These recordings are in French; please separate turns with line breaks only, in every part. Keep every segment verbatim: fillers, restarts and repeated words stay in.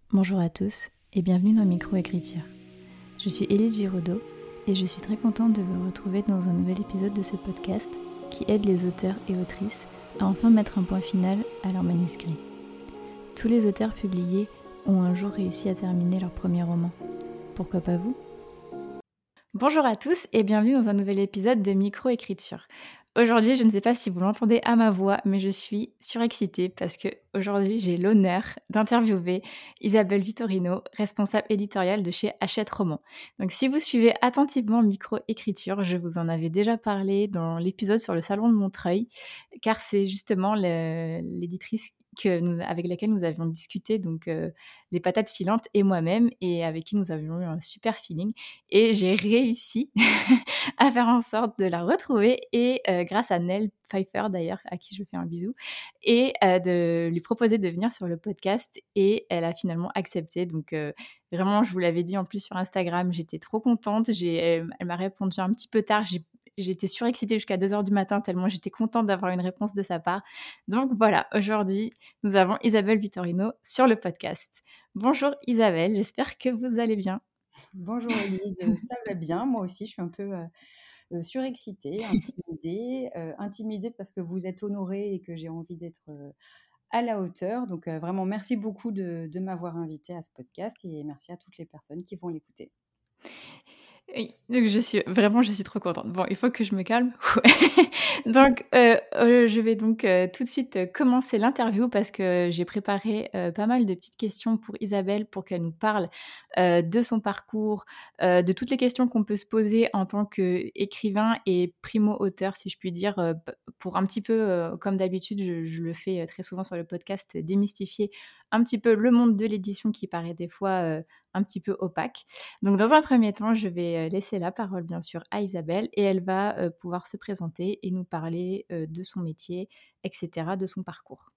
Bonjour à tous et bienvenue dans Microécriture. Je suis Élise Giraudot et je suis très contente de vous retrouver dans un nouvel épisode de ce podcast qui aide les auteurs et autrices à enfin mettre un point final à leur manuscrit. Tous les auteurs publiés ont un jour réussi à terminer leur premier roman. Pourquoi pas vous ? Bonjour à tous et bienvenue dans un nouvel épisode de Microécriture. Aujourd'hui, je ne sais pas si vous l'entendez à ma voix, mais je suis surexcitée parce que aujourd'hui, j'ai l'honneur d'interviewer Isabelle Vittorino, responsable éditoriale de chez Hachette Roman. Donc, si vous suivez attentivement Microécriture, je vous en avais déjà parlé dans l'épisode sur le salon de Montreuil, car c'est justement le- l'éditrice que nous, avec laquelle nous avions discuté, donc euh, les patates filantes et moi-même, et avec qui nous avions eu un super feeling. Et j'ai réussi à faire en sorte de la retrouver et euh, grâce à Nell Pfeiffer d'ailleurs, à qui je fais un bisou, et euh, de lui proposer de venir sur le podcast et elle a finalement accepté. Donc euh, vraiment, je vous l'avais dit en plus sur Instagram, j'étais trop contente. J'ai, elle, elle m'a répondu un petit peu tard, j'ai J'étais surexcitée jusqu'à deux heures du matin tellement j'étais contente d'avoir une réponse de sa part. Donc voilà, aujourd'hui, nous avons Isabelle Vittorino sur le podcast. Bonjour Isabelle, j'espère que vous allez bien.
Bonjour Élise, ça va bien, moi aussi je suis un peu euh, euh, surexcitée, intimidée, euh, intimidée parce que vous êtes honorée et que j'ai envie d'être euh, à la hauteur. Donc euh, vraiment merci beaucoup de, de m'avoir invitée à ce podcast et merci à toutes les personnes qui vont l'écouter.
Oui, donc je suis vraiment, je suis trop contente. Bon, il faut que je me calme. Donc, heu heu, je vais donc, heu, tout de suite, heu, commencer l'interview parce que j'ai préparé, heu, pas mal de petites questions pour Isabelle pour qu'elle nous parle, heu, de son parcours, heu, de toutes les questions qu'on peut se poser en tant qu'écrivain et primo-auteur, si je puis dire, heu, p pour un petit peu, heu, comme d'habitude, je je le fais, heu, très souvent sur le podcast, démystifier un petit peu le monde de l'édition qui paraît des fois, heu, un petit peu opaque. Donc, dans un premier temps, je vais euh, laisser la parole, bien sûr, à Isabelle et elle va euh, pouvoir se présenter et nous parler euh, de son métier, et cetera, de son parcours.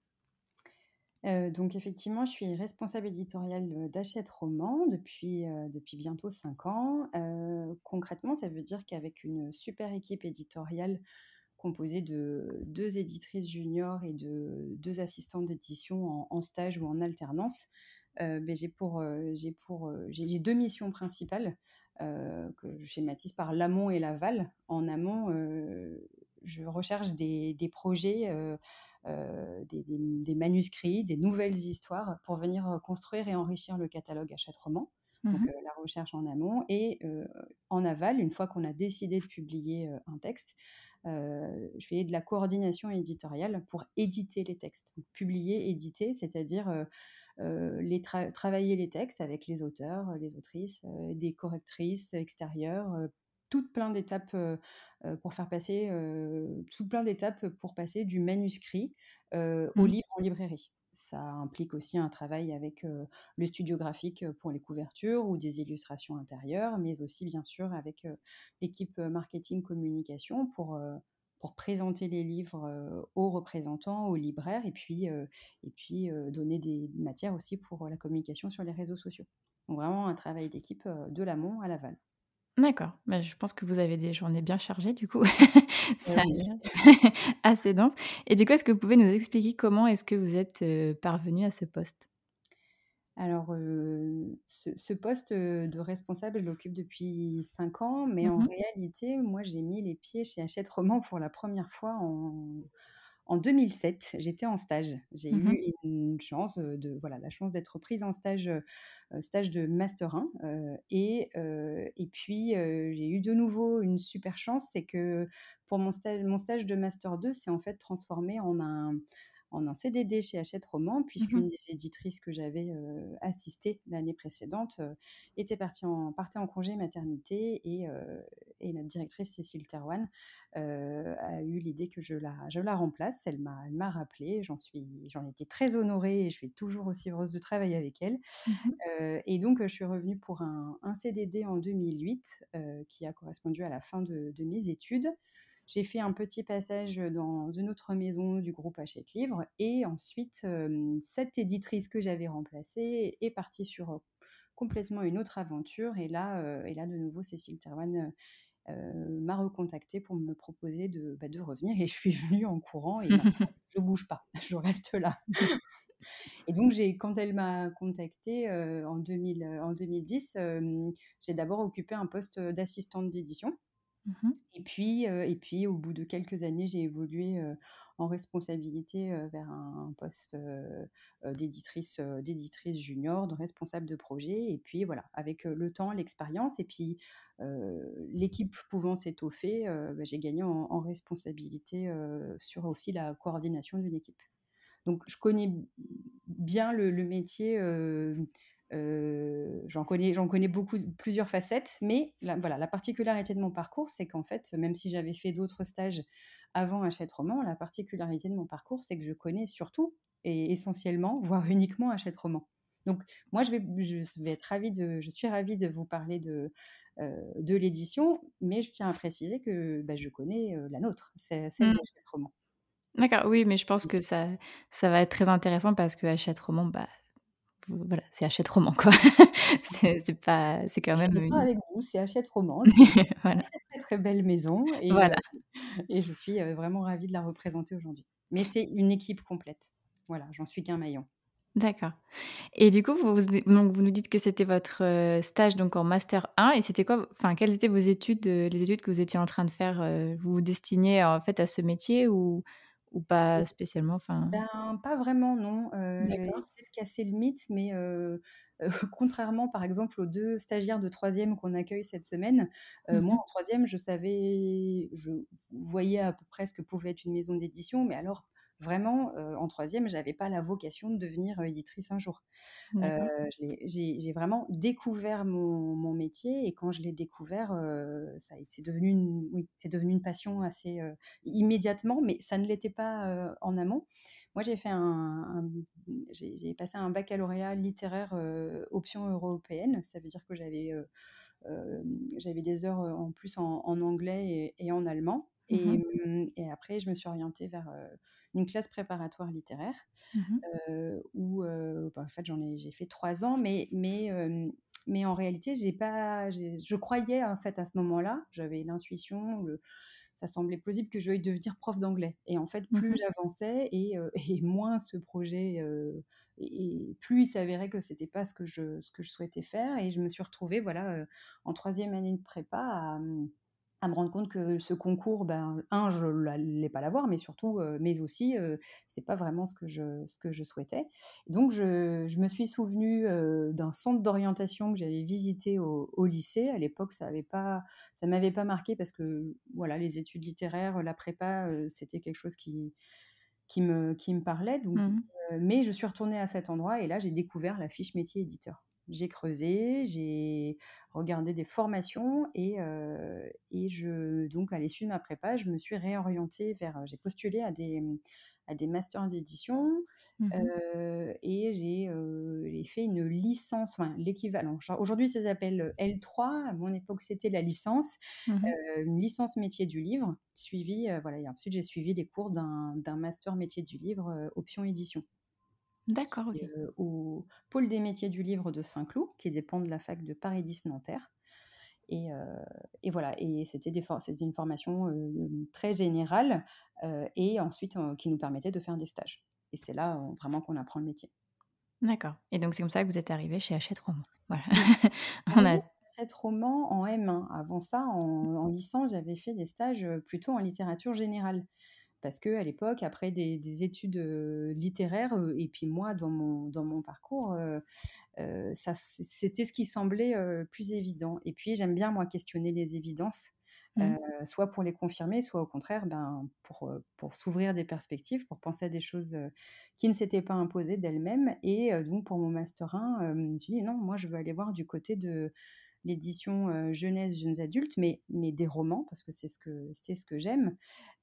Euh, donc effectivement, je suis responsable éditoriale euh, d'Hachette Roman depuis, euh, depuis bientôt cinq ans. Euh, concrètement, ça veut dire qu'avec une super équipe éditoriale composée de deux éditrices juniors et de deux assistantes d'édition en, en stage ou en alternance, euh, ben, j'ai pour, euh, j'ai pour, euh, j'ai, j'ai deux missions principales euh, que je schématise par l'amont et l'aval. En amont, euh, je recherche des, des projets, euh, euh, des, des- des manuscrits, des nouvelles histoires pour venir euh, construire et enrichir le catalogue Hachette Roman. Donc
Mhm.
euh, la recherche en amont et euh, en aval, une fois qu'on a décidé de publier euh, un texte, euh, je fais de la coordination éditoriale pour éditer les textes. Donc, publier, éditer, c'est-à-dire euh, euh, les tra- travailler les textes avec les auteurs, les autrices, euh, des correctrices extérieures, euh, toutes plein d'étapes euh, euh, pour faire passer, euh, tout plein d'étapes pour passer du manuscrit euh, au
Mhm.
livre en librairie. Ça implique aussi un travail avec euh, le studio graphique pour les couvertures ou des illustrations intérieures, mais aussi bien sûr avec euh, l'équipe marketing communication pour, euh, pour présenter les livres euh, aux représentants, aux libraires, et puis, euh, et puis euh, donner des matières aussi pour la communication sur les réseaux sociaux. Donc vraiment un travail d'équipe euh, de l'amont à l'aval.
D'accord. Bah, je pense que vous avez des journées bien chargées, du coup.
Euh,
Ça a
oui.
l'air assez dense. Et du coup, est-ce que vous pouvez nous expliquer comment est-ce que vous êtes euh, parvenue à ce poste?
Alors, euh, ce, ce poste euh, de responsable, je l'occupe depuis cinq ans, mais en
Mhm.
réalité, moi, j'ai mis les pieds chez Hachette Roman pour la première fois en, en deux mille sept. J'étais en stage. J'ai
Mhm.
eu une chance euh, de, voilà, la chance d'être prise en stage, euh, stage de Master un. euh, et, euh, et puis, euh, j'ai eu de nouveau une super chance, c'est que pour mon stage, mon stage de Master deux, c'est en fait transformé en un en un C D D chez Hachette Roman, puisqu'une
Mhm.
des éditrices que j'avais euh, assistée l'année précédente euh, était partie en, partait en congé maternité et, euh, et notre directrice Cécile Terwan euh, a eu l'idée que je la, je la remplace. Elle m'a, elle m'a rappelé, j'en, suis, j'en étais très honorée et je suis toujours aussi heureuse de travailler avec elle.
Mhm.
Euh, et donc, je suis revenue pour un, un C D D en deux mille huit euh, qui a correspondu à la fin de, de mes études. J'ai fait un petit passage dans une autre maison du groupe Hachette Livre et ensuite, euh, cette éditrice que j'avais remplacée est partie sur euh, complètement une autre aventure. Et là, euh, et là de nouveau, Cécile Terwan euh, m'a recontactée pour me proposer de, bah, de revenir et je suis venue en courant et maintenant, je bouge pas, je reste là. Et donc j'ai quand elle m'a contactée, heu, en deux mille, heu, en deux mille dix, hem, j'ai d'abord occupé un poste, heu, d'assistante d'édition.
Mmh mh.
Et puis, heu et puis au bout de quelques années, j'ai évolué, heu, en responsabilité, heu, vers un un poste, heu heu, d'éditrice, heu, d'éditrice junior, de responsable de projet et puis voilà, avec, heu, le temps, l'expérience et puis, heu, l'équipe pouvant s'étoffer, heu, bah, j'ai gagné en en responsabilité, heu, sur aussi la coordination d'une équipe. Donc je connais b bien le le métier, hem, heu, j'en connais j'en connais beaucoup plusieurs facettes, mais la voilà, la particularité de mon parcours, c'est qu'en fait, même si j'avais fait d'autres stages avant Hachette Roman, la particularité de mon parcours, c'est que je connais surtout et essentiellement, voire uniquement Hachette Roman. Donc moi, je vais je vais être ravie de je suis ravie de vous parler de, heu, de l'édition, mais je tiens à préciser que, bah, je connais, heu, la nôtre, c'est celle
Mmh.
d'Hachette Roman.
D'accord, oui, mais je pense que ça ça va être très intéressant parce que Hachette Roman, bah, v voilà, c'est Hachette Roman, quoi. C'est c'est pas c'est quand
Je suis
même
d'accord
une
avec vous, c'est Hachette Roman, c'est une
voilà,
très, très, très belle maison et heu
voilà,
et je suis, heu, vraiment ravie de la représenter aujourd'hui. Mais c'est une équipe complète. Voilà, j'en suis qu'un maillon.
d'accord. Et du coup, vous vous donc vous nous dites que c'était votre, heu, stage donc en master un et c'était quoi enfin, quelles étaient vos études, heu, les études que vous étiez en train de faire, heu? Vous vous destiniez en fait à ce métier ou ou pas spécialement? Enfin
Ben, pas vraiment non, heu, je vais
d'accord.
peut-être casser le mythe, mais heu heu, contrairement par exemple aux deux stagiaires de troisième qu'on accueille cette semaine, heu,
Mmh
moi
mh.
en troisième je savais je voyais à peu près ce que pouvait être une maison d'édition, mais alors vraiment, heu, en troisième j'avais pas la vocation de devenir, heu, éditrice un jour. Heu,
D'accord.
je l'ai j'ai j'ai vraiment découvert mon mon métier et quand je l'ai découvert, heu, ça a c'est devenu une oui, c'est devenu une passion assez, heu, immédiatement, mais ça ne l'était pas, heu, en amont. Moi, j'ai fait un un j'ai j'ai passé un baccalauréat littéraire, heu, option européenne. Ça veut dire que j'avais, heu, hem, j'avais des heures, heu, en plus en en anglais et et en allemand
Mmh
et
mh.
mmh et après je me suis orientée vers, heu, une classe préparatoire littéraire
Mmh mh.
heu, où, heu, bah, en fait, j'en ai j'ai fait trois ans, mais mais hem, mais en réalité, j'ai pas j'ai je croyais, en fait, à ce moment-là, j'avais l'intuition, le ça semblait plausible que je veuille devenir prof d'anglais et en fait, plus
Mmh.
j'avançais et heu et moins ce projet, heu et et plus il s'avérait que c'était pas ce que je ce que je souhaitais faire et je me suis retrouvée, voilà, heu, en troisième année de prépa à, mmh, à me rendre compte que ce concours, ben, un je n'allais pas l'avoir, mais surtout, heu, mais aussi, heu, c'est pas vraiment ce que je ce que je souhaitais. Donc je je me suis souvenue, heu, d'un centre d'orientation que j'avais visité au au lycée. À l'époque, ça avait pas ça m'avait pas marqué parce que, voilà, les études littéraires, la prépa, heu, c'était quelque chose qui qui me qui me parlait donc
Mmh.
heu, mais je suis retournée à cet endroit et là, j'ai découvert la fiche métier éditeur. J'ai creusé, j'ai regardé des formations et heu et je donc à l'issue de ma prépa, je me suis réorientée vers, j'ai postulé à des, mmh, à des masters d'édition,
Mmh.
heu et j'ai, heu, j'ai fait une licence, enfin l'équivalent. Genre aujourd'hui, ça s'appelle L trois. À mon époque, c'était la licence
Mmh.
heu, une licence métier du livre, suivie, heu, voilà et ensuite j'ai suivi les cours d'un d'un master métier du livre, heu, option édition,
D'accord,
qui
OK.
est, heu, au pôle des métiers du livre de Saint-Cloud, qui dépend de la fac de Paris dix Nanterre et heu et voilà et c'était des for c'était une formation, heu, très générale, heu et ensuite, heu, qui nous permettait de faire des stages et c'est là, heu, vraiment qu'on apprend le métier.
D'accord et donc c'est comme ça que vous êtes arrivée chez Hachette Roman? Voilà.
Oui.
On
Arrivée
a
sur cette roman en M un. Avant ça, en en licence, j'avais fait des stages, heu, plutôt en littérature générale. Parce qu'à l'époque, après des des études, heu, littéraires, heu et puis moi dans mon dans mon parcours, heu heu, ça c c'était ce qui semblait, heu, plus évident et puis j'aime bien moi questionner les évidences,
mmh.
heu, soit pour les confirmer, soit au contraire, ben, pour, heu, pour s'ouvrir des perspectives, pour penser à des choses, heu, qui ne s'étaient pas imposées d'elles-mêmes et heu, donc pour mon master un, hem, je me suis dit: «Non, moi je veux aller voir du côté de l'édition, heu, jeunesse, jeunes adultes, mais mais des romans parce que c'est ce que c'est ce que j'aime».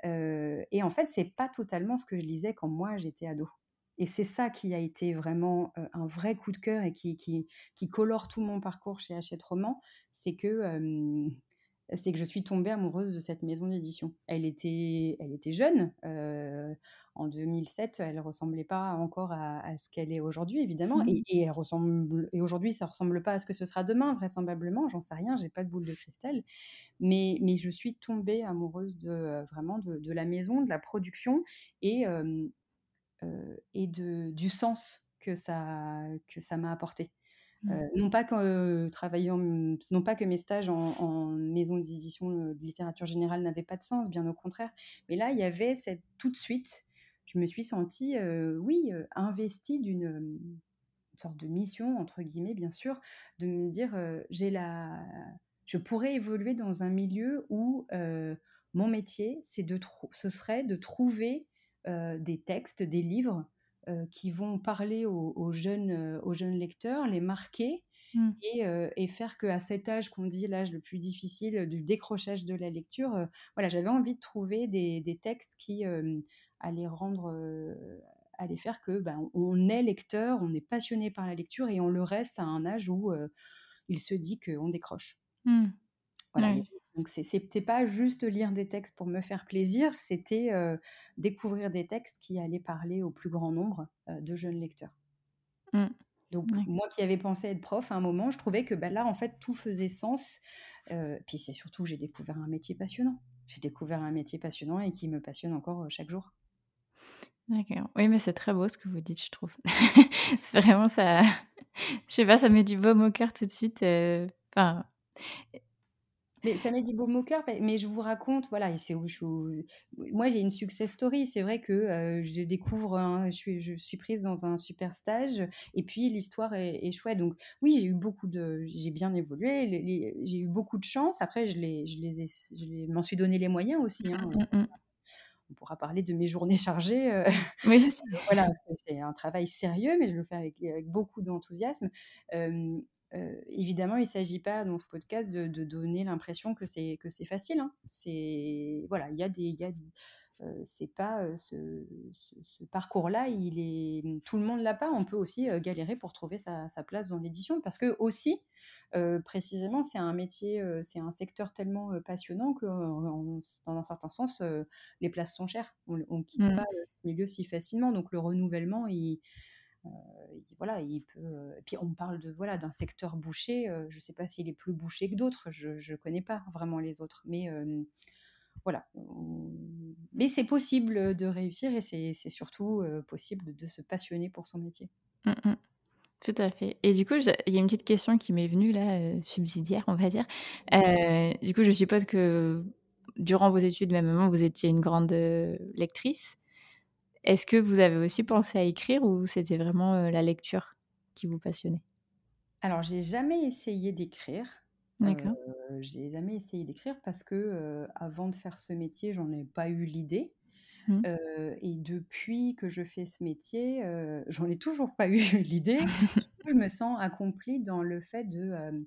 Heu et en fait, c'est pas totalement ce que je lisais quand moi j'étais ado et c'est ça qui a été vraiment, heu, un vrai coup de cœur et qui qui qui colore tout mon parcours chez Hachette Roman. C'est que, hem, c'est que je suis tombée amoureuse de cette maison d'édition. Elle était elle était jeune, heu, en deux mille sept, elle ressemblait pas encore à à ce qu'elle est aujourd'hui évidemment
Mmh.
et et elle ressemble et aujourd'hui ça ressemble pas à ce que ce sera demain vraisemblablement, j'en sais rien, j'ai pas de boule de cristal. Mais mais je suis tombée amoureuse de, heu, vraiment de de la maison, de la production et hem, heu et de du sens que ça que ça m'a apporté. Heu,
Mmh.
non pas que, heu, travailler en m non pas que mes stages en en maison d'édition, heu, de littérature générale n'avaient pas de sens, bien au contraire. Mais là, il y avait cette tout de suite, je me suis sentie, heu, oui, heu, investie d'une, hem, une sorte de «mission» entre guillemets, bien sûr, de me dire, heu: «J'ai la je pourrais évoluer dans un milieu où, heu, mon métier, c'est de trou ce serait de trouver, heu, des textes, des livres, heu, qui vont parler aux aux jeunes, heu, aux jeunes lecteurs, les marquer
Mmh.
et heu et faire qu'à cet âge qu'on dit l'âge le plus difficile, heu, du décrochage de la lecture, heu, voilà, j'avais envie de trouver des des textes qui, hem, allaient rendre, heu, allaient faire que, ben, on est lecteur, on est passionné par la lecture et on le reste à un âge où, heu, il se dit qu'on décroche.
Mmh.
Voilà, il y
Ouais.
avait donc c'est c'était pas juste lire des textes pour me faire plaisir, c'était, heu, découvrir des textes qui allaient parler au plus grand nombre, heu, de jeunes lecteurs.
Mmh.
Donc
Ouais.
moi qui avais pensé être prof à un moment, je trouvais que, bah, là, en fait, tout faisait sens, heu, puis c'est surtout j'ai découvert un métier passionnant. J'ai découvert un métier passionnant et qui me passionne encore, heu, chaque jour.
D'accord. Oui, mais c'est très beau ce que vous dites, je trouve. C'est vraiment ça je sais pas, ça met du baume au cœur tout de suite, heu, enfin
Mais ça met du baume au cœur, mais je vous raconte, voilà, et c'est où je suis où moi, j'ai une success story. C'est vrai que, heu, je découvre un je suis je suis prise dans un super stage et puis l'histoire est est chouette. Donc oui, j'ai eu beaucoup de j'ai bien évolué, les les j'ai eu beaucoup de chance. Après, je les je les ai je les m'en suis donné les moyens aussi, hein,
mmh mh.
on pourra parler de mes journées chargées, heu,
Oui, c'est
voilà, c'est c'est un travail sérieux, mais je le fais avec avec beaucoup d'enthousiasme. Hem, heu, évidemment, il ne s'agit pas dans ce podcast de de donner l'impression que c'est que c'est facile, hein. C'est voilà, il y a des il y a Heu, c'est pas, heu, ce ce ce parcours-là, il est mmh, tout le monde l'a pas. On peut aussi, heu, galérer pour trouver sa sa place dans l'édition parce qu'aussi, heu, précisément, c'est un métier, heu, c'est un secteur tellement, heu, passionnant que, heu, en dans un certain sens, heu, les places sont chères. On ne quitte
mmh.
pas, heu, ce milieu si facilement, donc le renouvellement, il, heu, il voilà, il peut, heu et puis on parle de voilà, d'un secteur bouché, heu, je ne sais pas s'il est plus bouché que d'autres, je ne connais pas vraiment les autres, mais hem voilà, on mais c'est possible, de réussir et c'est c'est surtout, heu, possible de se passionner pour son métier.
Mmh mh. Tout à fait et du coup, je il y a une petite question qui m'est venue là, heu, subsidiaire, on va dire. Heu, du coup, je suppose que durant vos études, même avant, vous étiez une grande, heu, lectrice. Est-ce que vous avez aussi pensé à écrire ou c'était vraiment, heu, la lecture qui vous passionnait?
Alors j'ai jamais essayé d'écrire, heu,
D'accord.
j'ai jamais essayé d'écrire parce que, heu, avant de faire ce métier, j'en ai pas eu l'idée,
Mmh.
heu et depuis que je fais ce métier, heu, j'en ai toujours pas eu l'idée. Je me sens accomplie dans le fait de, hem,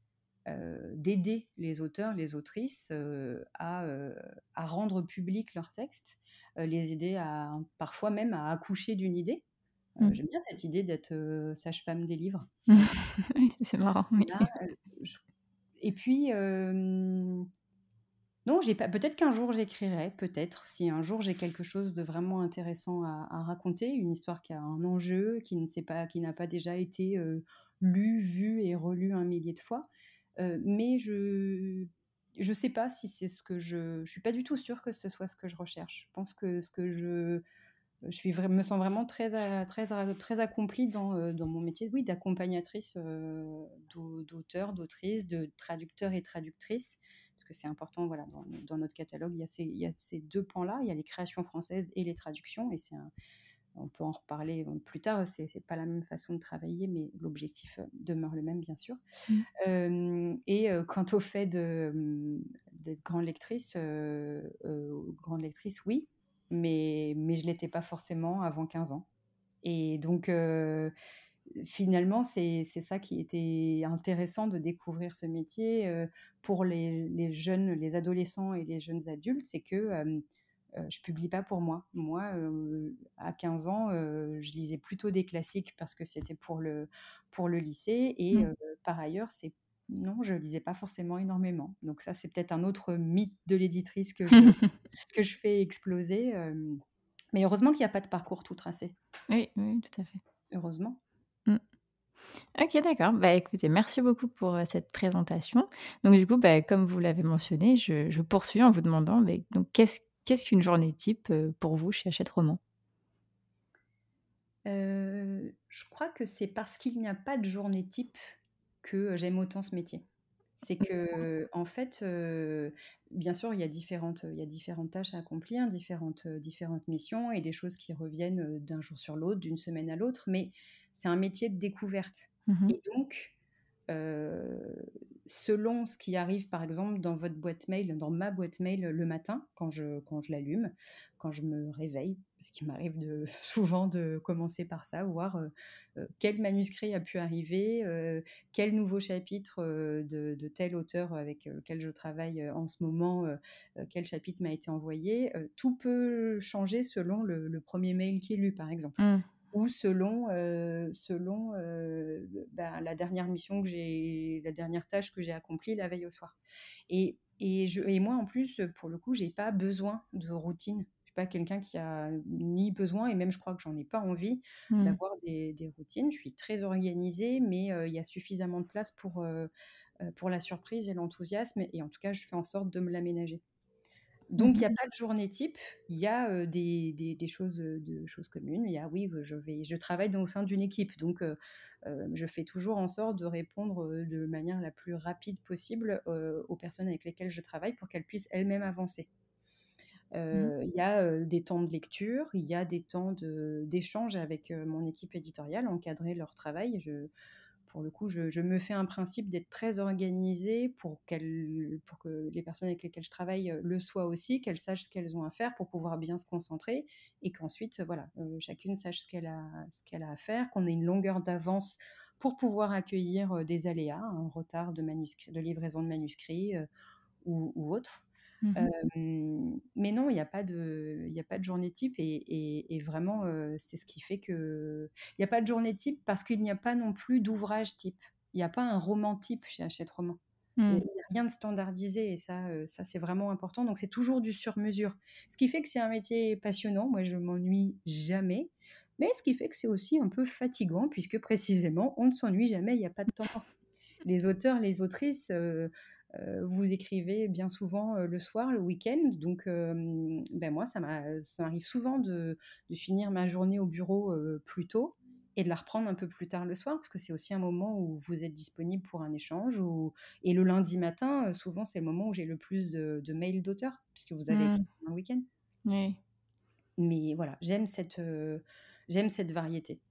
heu, d'aider les auteurs, les autrices, heu, à, heu, à rendre public leurs textes, heu, les aider à parfois même à accoucher d'une idée. Heu,
Mmh.
j'aime bien cette idée d'être, heu, sage-femme des livres. Heu,
Oui, c'est marrant, oui.
là, heu, je et puis, hem, non, j'ai pas peut-être qu'un jour j'écrirai, peut-être, si un jour j'ai quelque chose de vraiment intéressant à à raconter, une histoire qui a un enjeu, qui ne s'est pas qui n'a pas déjà été, heu, lue, vue et relue un millier de fois. Heu, mais je je sais pas si c'est ce que je je suis pas du tout sûre que ce soit ce que je recherche. Je pense que ce que je je suis vraim me sens vraiment très a très a très accomplie dans, heu, dans mon métier, oui, d'accompagnatrice, heu, d'au d'auteurs, d'autrices, de traducteurs et traductrices. Parce que c'est important, voilà, dans dans notre catalogue, il y a ces il y a ces deux pans-là, il y a les créations françaises et les traductions et c'est un on peut en reparler, heu, plus tard, c'est c'est pas la même façon de travailler, mais l'objectif, heu, demeure le même, bien sûr.
Mmh.
Hem et heu, quant au fait de, mmh, d'être grande lectrice, heu heu, grande lectrice, oui, mais mais je l'étais pas forcément avant quinze ans et donc heu, finalement, c'est c'est ça qui était intéressant de découvrir ce métier, heu, pour les les jeunes, les adolescents et les jeunes adultes, c'est que, hem, heu, je publie pas pour moi. Moi, heu, à quinze ans, heu, je lisais plutôt des classiques parce que c'était pour le pour le lycée et
Mmh.
heu, par ailleurs, c'est non, je lisais pas forcément énormément. Donc ça, c'est peut-être un autre mythe de l'éditrice que je que je fais exploser, hem, mais heureusement qu'il y a pas de parcours tout tracé.
Oui, oui, tout à fait.
Heureusement.
Mmh. OK, d'accord. Bah, écoutez, merci beaucoup pour, heu, cette présentation. Donc du coup, bah, comme vous l'avez mentionné, je je poursuis en vous demandant, beh, donc qu'est-ce qu'est-ce qu'une journée type, heu, pour vous chez Hachette Roman?
Heu, je crois que c'est parce qu'il n'y a pas de journée type que j'aime autant ce métier. C'est que en fait, heu, bien sûr, il y a différentes, il y a différentes tâches à accomplir, différentes, heu, différentes missions et des choses qui reviennent, heu, d'un jour sur l'autre, d'une semaine à l'autre, mais c'est un métier de découverte
Mmh.
et donc heu, selon ce qui arrive, par exemple, dans votre boîte mail, dans ma boîte mail le matin, quand je quand je l'allume, quand je me réveille, parce qu'il m'arrive de souvent de commencer par ça, voir, heu heu, quel manuscrit a pu arriver, heu, quel nouveau chapitre, heu, de de tel auteur avec, heu, lequel je travaille, heu, en ce moment, heu heu, quel chapitre m'a été envoyé. Heu, tout peut changer selon le le premier mail qui est lu, par exemple.
Mmh.
Ou selon, heu, selon, heu, bah, la dernière mission que j'ai la dernière tâche que j'ai accomplie la veille au soir. Et et je et moi en plus, pour le coup, j'ai pas besoin de routine. Je suis pas quelqu'un qui a ni besoin et même je crois que j'en ai pas envie
Mmh.
d'avoir des des routines. Je suis très organisée, mais heu, il y a suffisamment de place pour, heu heu, pour la surprise et l'enthousiasme et en tout cas, je fais en sorte de me l'aménager.
Mmh
Donc il y a
mh.
pas de journée type, il y a, heu, des des des choses, heu, de choses communes. Il y a oui, heu, je vais je travaille dans au sein d'une équipe, donc heu heu, je fais toujours en sorte de répondre, heu, de manière la plus rapide possible, heu, aux personnes avec lesquelles je travaille pour qu'elles puissent elles-mêmes avancer.
Mmh.
Heu, il y a, heu, des temps de lecture, il y a des temps de d'échange avec, heu, mon équipe éditoriale, encadrer leur travail. Je pour le coup, je je me fais un principe d'être très organisée pour qu'elles pour que les personnes avec lesquelles je travaille, heu, le soient aussi, qu'elles sachent ce qu'elles ont à faire pour pouvoir bien se concentrer et qu'ensuite, heu, voilà, heu, chacune sache ce qu'elle a ce qu'elle a à faire, qu'on ait une longueur d'avance pour pouvoir accueillir, heu, des aléas, un retard de manuscrit de livraison de manuscrits, heu, ou ou autre.
Mmh.
Hem, mais non, il y a pas de il y a pas de journée type et et et vraiment, heu, c'est ce qui fait que il y a pas de journée type parce qu'il n'y a pas non plus d'ouvrage type. Il n'y a pas un roman type chez Hachette Roman. Il y a
Mmh.
il y a rien de standardisé et ça, heu, ça c'est vraiment important. Donc c'est toujours du sur mesure. Ce qui fait que c'est un métier passionnant. Moi, je m'ennuie jamais, mais ce qui fait que c'est aussi un peu fatigant puisque précisément, on ne s'ennuie jamais, il y a pas de temps mort. Les auteurs, les autrices, heu heu, vous écrivez bien souvent, heu, le soir, le week-end, donc hem, ben, moi, ça m'a ça m'arrive souvent de de finir ma journée au bureau, heu, plus tôt et de la reprendre un peu plus tard le soir, parce que c'est aussi un moment où vous êtes disponible pour un échange ou et le lundi matin, heu, souvent, c'est le moment où j'ai le plus de de mails d'auteurs, puisque vous avez écrit
Mmh.
pendant le week-end.
Oui.
Mais voilà, j'aime cette, heu, j'aime cette variété.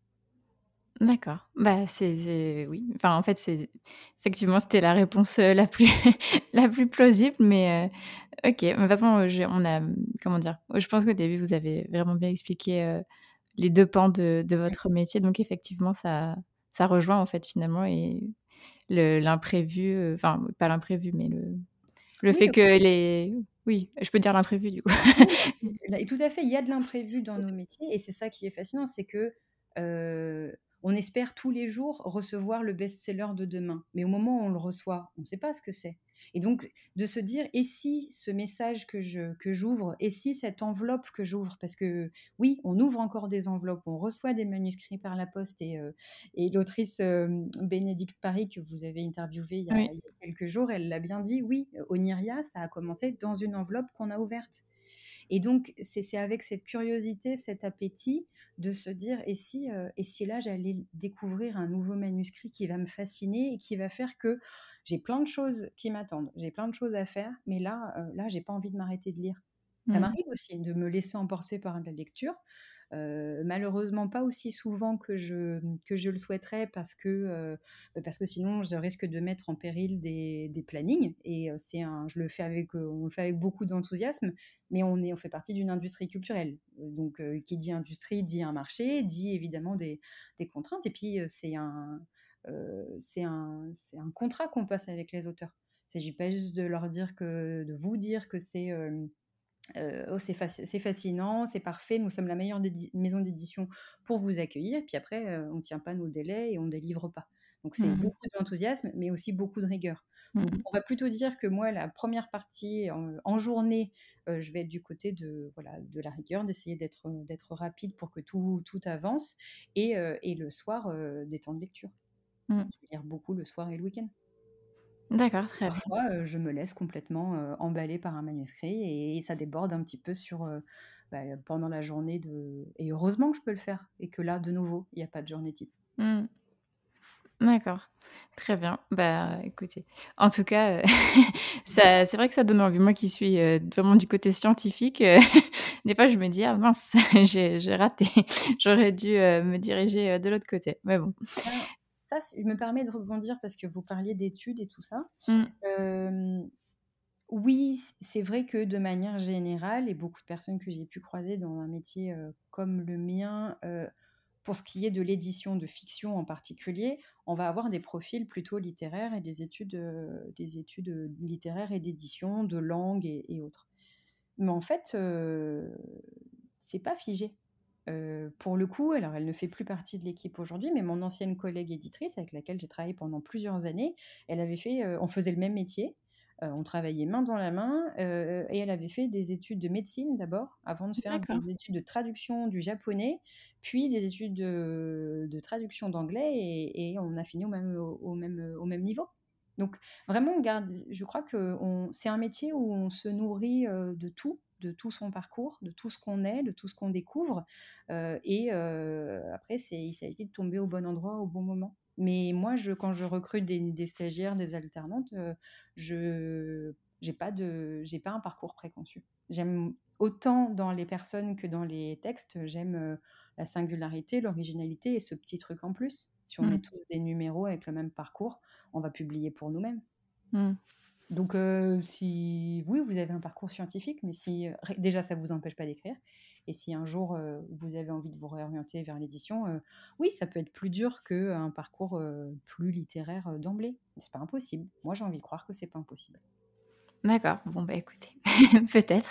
D'accord. Bah, c'est c'est oui, enfin, en fait, c'est effectivement, c'était la réponse, heu, la plus la plus plausible, mais heu, OK. Mais de toute façon, heu, j'ai on a, mmh, comment dire? Je pense qu'au début, vous avez vraiment bien expliqué, heu, les deux pans de de
Mmh.
votre métier, donc effectivement, ça ça rejoint, en fait, finalement et le l'imprévu, heu, enfin, pas l'imprévu, mais le le
Oui,
fait que les oui, je peux dire l'imprévu, du coup.
oui, là et tout à fait, il y a de l'imprévu dans nos métiers et c'est ça qui est fascinant, c'est que, heu, on espère tous les jours recevoir le best-seller de demain. Mais au moment où on le reçoit, on ne sait pas ce que c'est. Et donc de se dire: «Et si ce message que je que j'ouvre? Et si cette enveloppe que j'ouvre?» parce que oui, on ouvre encore des enveloppes, on reçoit des manuscrits par la poste et heu et l'autrice, hem, Bénédicte Paris que vous avez interviewée il y a
Oui.
il y a quelques jours, elle l'a bien dit, oui, Oniria, ça a commencé dans une enveloppe qu'on a ouverte. Et donc, c'est c'est avec cette curiosité, cet appétit de se dire et si, heu, et si là j'allais découvrir un nouveau manuscrit qui va me fasciner et qui va faire que j'ai plein de choses qui m'attendent, j'ai plein de choses à faire, mais là, heu, là j'ai pas envie de m'arrêter de lire. Ça
Mmh.
m'arrive aussi de me laisser emporter par la lecture, heu, malheureusement pas aussi souvent que je que je le souhaiterais parce que, heu, bah, parce que sinon je risque de mettre en péril des des plannings et heu, c'est un je le fais avec, heu, on le fait avec beaucoup d'enthousiasme, mais on est on fait partie d'une industrie culturelle. Euh, Donc, heu, qui dit industrie dit un marché, dit évidemment des des contraintes et puis, heu, c'est un, heu, c'est un c'est un contrat qu'on passe avec les auteurs. Il s'agit pas juste de leur dire que de vous dire que c'est, hem, heu: «Oh c'est fasci c'est fascinant, c'est parfait, nous sommes la meilleure d'édi maison d'édition pour vous accueillir» puis après, heu, on tient pas nos délais et on délivre pas. Donc c'est
Mmh mh.
beaucoup d'enthousiasme, mais aussi beaucoup de rigueur. Donc
Mmh.
on va plutôt dire que moi la première partie en en journée, heu, je vais être du côté de voilà, de la rigueur, d'essayer d'être, heu, d'être rapide pour que tout tout avance et heu et le soir, heu, des temps de lecture.
Mmh.
Je vais lire beaucoup le soir et le week-end.
D'accord,
Et
très bien.
parfois, heu, je me laisse complètement, heu, emballer par un manuscrit et ça déborde un petit peu sur, heu, bah, pendant la journée de et heureusement que je peux le faire et que là, de nouveau, il y a pas de journée type.
Mmh. D'accord, très bien. Bah, écoutez, en tout cas, heu, ça c'est vrai que ça donne envie. Moi qui suis, heu, vraiment du côté scientifique, heu, des fois je me dis: «Ah mince, j'ai j'ai raté, j'aurais dû, heu, me diriger, heu, de l'autre côté». Mais bon.
Ben, ça, c je me permets de rebondir parce que vous parliez d'études et tout ça.
Mmh.
Hem, oui, c c'est vrai que de manière générale et beaucoup de personnes que j'ai pu croiser dans un métier, heu, comme le mien, heu, pour ce qui est de l'édition de fiction en particulier, on va avoir des profils plutôt littéraires et des études, heu, des études, heu, littéraires et d'édition, de langue et et autres. Mais en fait, heu, c'est pas figé. Heu, pour le coup, alors elle ne fait plus partie de l'équipe aujourd'hui, mais mon ancienne collègue éditrice avec laquelle j'ai travaillé pendant plusieurs années, elle avait fait, heu, on faisait le même métier, heu, on travaillait main dans la main, heu et elle avait fait des études de médecine d'abord, avant de faire
D'accord.
des études de traduction du japonais, puis des études de de traduction d'anglais et et on a fini au même au au même, au même niveau. Donc vraiment, on garde je crois que on c'est un métier où on se nourrit, heu, de tout, de tout son parcours, de tout ce qu'on est, de tout ce qu'on découvre, heu et heu, après c'est il s'agit de tomber au bon endroit au bon moment. Mais moi, je quand je recrute des des stagiaires, des alternantes, heu, je j'ai pas de j'ai pas un parcours préconçu. J'aime autant dans les personnes que dans les textes, j'aime, heu, la singularité, l'originalité et ce petit truc en plus. Si on
Mmh.
est tous des numéros avec le même parcours, on va publier pour nous-mêmes.
Mmh.
Donc, heu, si oui, vous avez un parcours scientifique, mais si, heu, ré déjà ça vous empêche pas d'écrire et si un jour, heu, vous avez envie de vous réorienter vers l'édition, heu, oui, ça peut être plus dur qu'un parcours, heu, plus littéraire, heu, d'emblée. C'est pas impossible. Moi, j'ai envie de croire que c'est pas impossible.
D'accord, bon, bah, écoutez, peut-être.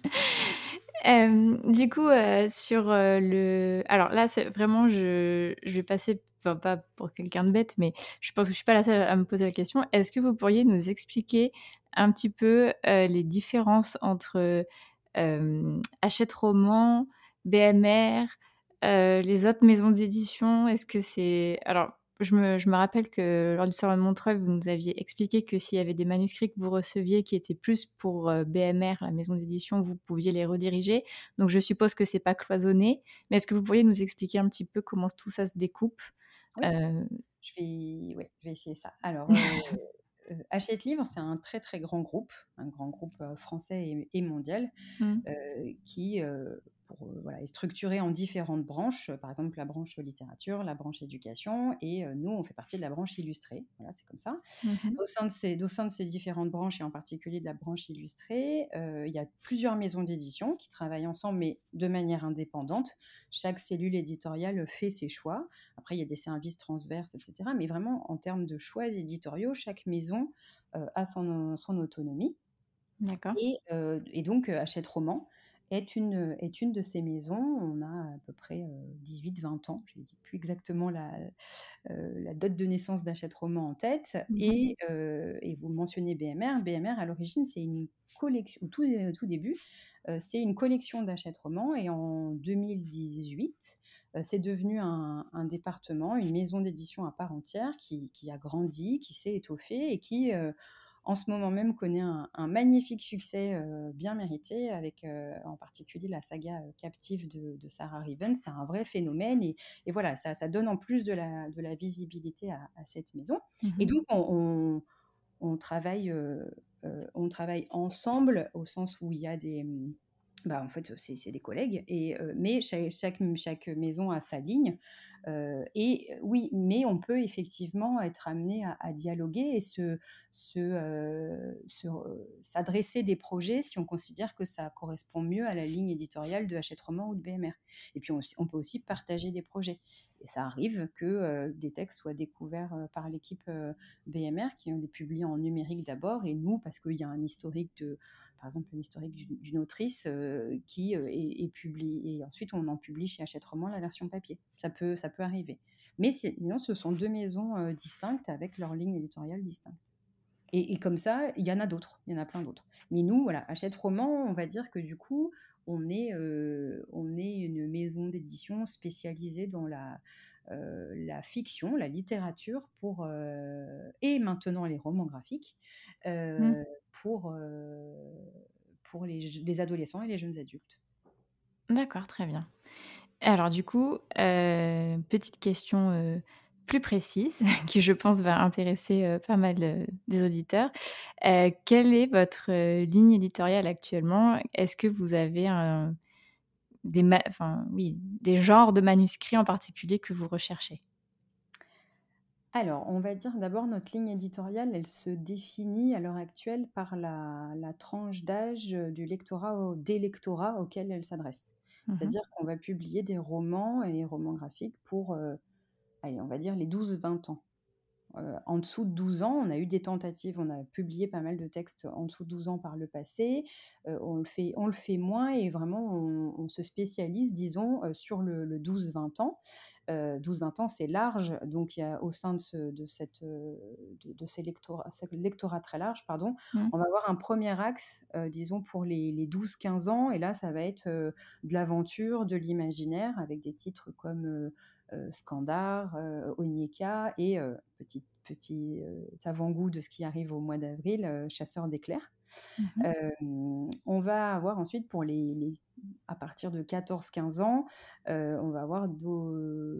Hem, du coup, heu, sur, heu, le alors là, c'est vraiment je je vais passer, enfin, pas pour quelqu'un de bête, mais je pense que je suis pas la seule à me poser la question. Est-ce que vous pourriez nous expliquer un petit peu, heu, les différences entre, hem, Hachette Roman, B M R, heu, les autres maisons d'édition? Est-ce que c'est alors je me je me rappelle que lors du salon de Montreuil, vous nous aviez expliqué que s'il y avait des manuscrits que vous receviez qui étaient plus pour, heu, B M R, la maison d'édition, vous pouviez les rediriger. Donc je suppose que c'est pas cloisonné, mais est-ce que vous pourriez nous expliquer un petit peu comment tout ça se découpe?
Oui,
Heu,
je vais ouais, je vais essayer ça. Alors, heu heu, Hachette Livres, c'est un très, très grand groupe, un grand groupe, heu, français et et mondial.
mmh,
heu, qui, heu, pour, heu, voilà, est structurée en différentes branches, euh, par exemple la branche littérature, la branche éducation et heu, nous, on fait partie de la branche illustrée. Voilà, c'est comme ça.
mmh mh.
Au sein de ces au sein de ces différentes branches et en particulier de la branche illustrée, heu, il y a plusieurs maisons d'édition qui travaillent ensemble, mais de manière indépendante. Chaque cellule éditoriale fait ses choix. Après, il y a des services transverses et cetera, mais vraiment en termes de choix éditoriaux, chaque maison, heu, a son son autonomie.
D'accord.
Et heu et donc heu, Hachette Roman est une, est une de ces maisons. On a à peu près, heu, dix-huit vingt ans. J'ai plus exactement la, heu, la date de naissance d'Hachette Roman en tête
Mmh mh.
et heu et vous mentionnez B M R. B M R à l'origine, c'est une collection au tout dé au tout début, heu, c'est une collection d'Hachette Roman et en deux mille dix-huit, heu, c'est devenu un un département, une maison d'édition à part entière qui qui a grandi, qui s'est étoffée et qui, heu, en ce moment même connaît un un magnifique succès, heu, bien mérité avec, heu, en particulier la saga, heu, Captive de de Sarah Riven. C'est un vrai phénomène et et voilà, ça ça donne en plus de la de la visibilité à à cette maison et
Mmh.
donc on on on travaille, heu heu, on travaille ensemble au sens où il y a des, mmh, bah, en fait, c'est c'est des collègues et heu, mais cha chaque chaque maison a sa ligne, heu et euh, oui, mais on peut effectivement être amené à à dialoguer et se se, heu, se re s'adresser des projets si on considère que ça correspond mieux à la ligne éditoriale de Hachette Roman ou de B M R et puis on on peut aussi partager des projets et ça arrive que, heu, des textes soient découverts, heu, par l'équipe, heu, B M R qui les publie en numérique d'abord et nous parce qu'il y a un historique de par exemple un historique d'une d'une autrice, heu, qui, heu, est est publié et ensuite on en publie chez Hachette Roman la version papier. Ça peut ça peut arriver. Mais sinon ce sont deux maisons, heu, distinctes avec leurs lignes éditoriales distinctes. Et et comme ça, il y en a d'autres, il y en a plein d'autres. Mais nous, voilà, Hachette Roman, on va dire que du coup, on est, heu, on est une maison d'édition spécialisée dans la, heu, la fiction, la littérature pour, heu et maintenant les romans graphiques,
Mmh.
heu, pour, heu, pour les j les adolescents et les jeunes adultes.
D'accord, très bien. Alors du coup, heu, petite question, heu, plus précise qui je pense va intéresser, heu, pas mal, heu, des auditeurs. Heu, quelle est votre, heu, ligne éditoriale actuellement? Est-ce que vous avez un des ma enfin oui, des genres de manuscrits en particulier que vous recherchez?
Alors, on va dire d'abord notre ligne éditoriale, elle se définit à l'heure actuelle par la la tranche d'âge, heu, du lectorat au des lectorats auquel elle s'adresse.
Mmh mh.
C'est-à-dire qu'on va publier des romans et romans graphiques pour, heu, allez, on va dire les douze vingt ans. Heu, en dessous de douze ans, on a eu des tentatives, on a publié pas mal de textes en dessous de douze ans par le passé. Heu, on le fait on le fait moins et vraiment on on se spécialise, disons, heu, sur le le douze vingt ans. Heu, douze vingt ans, c'est large, donc il y a au sein de ce de cette, heu, de de ces lectorats ce lectorat très large, pardon,
Mmh.
on va avoir un premier axe, heu, disons pour les les douze quinze ans et là, ça va être, heu, de l'aventure, de l'imaginaire avec des titres comme, heu heu, Skandar, heu, Onyeka et heu, petit petit, heu, avant-goût de ce qui arrive au mois d'avril, heu, Chasseurs d'éclairs.
Mmh mh.
Hem, on va avoir ensuite pour les les à partir de quatorze quinze ans, heu, on va avoir do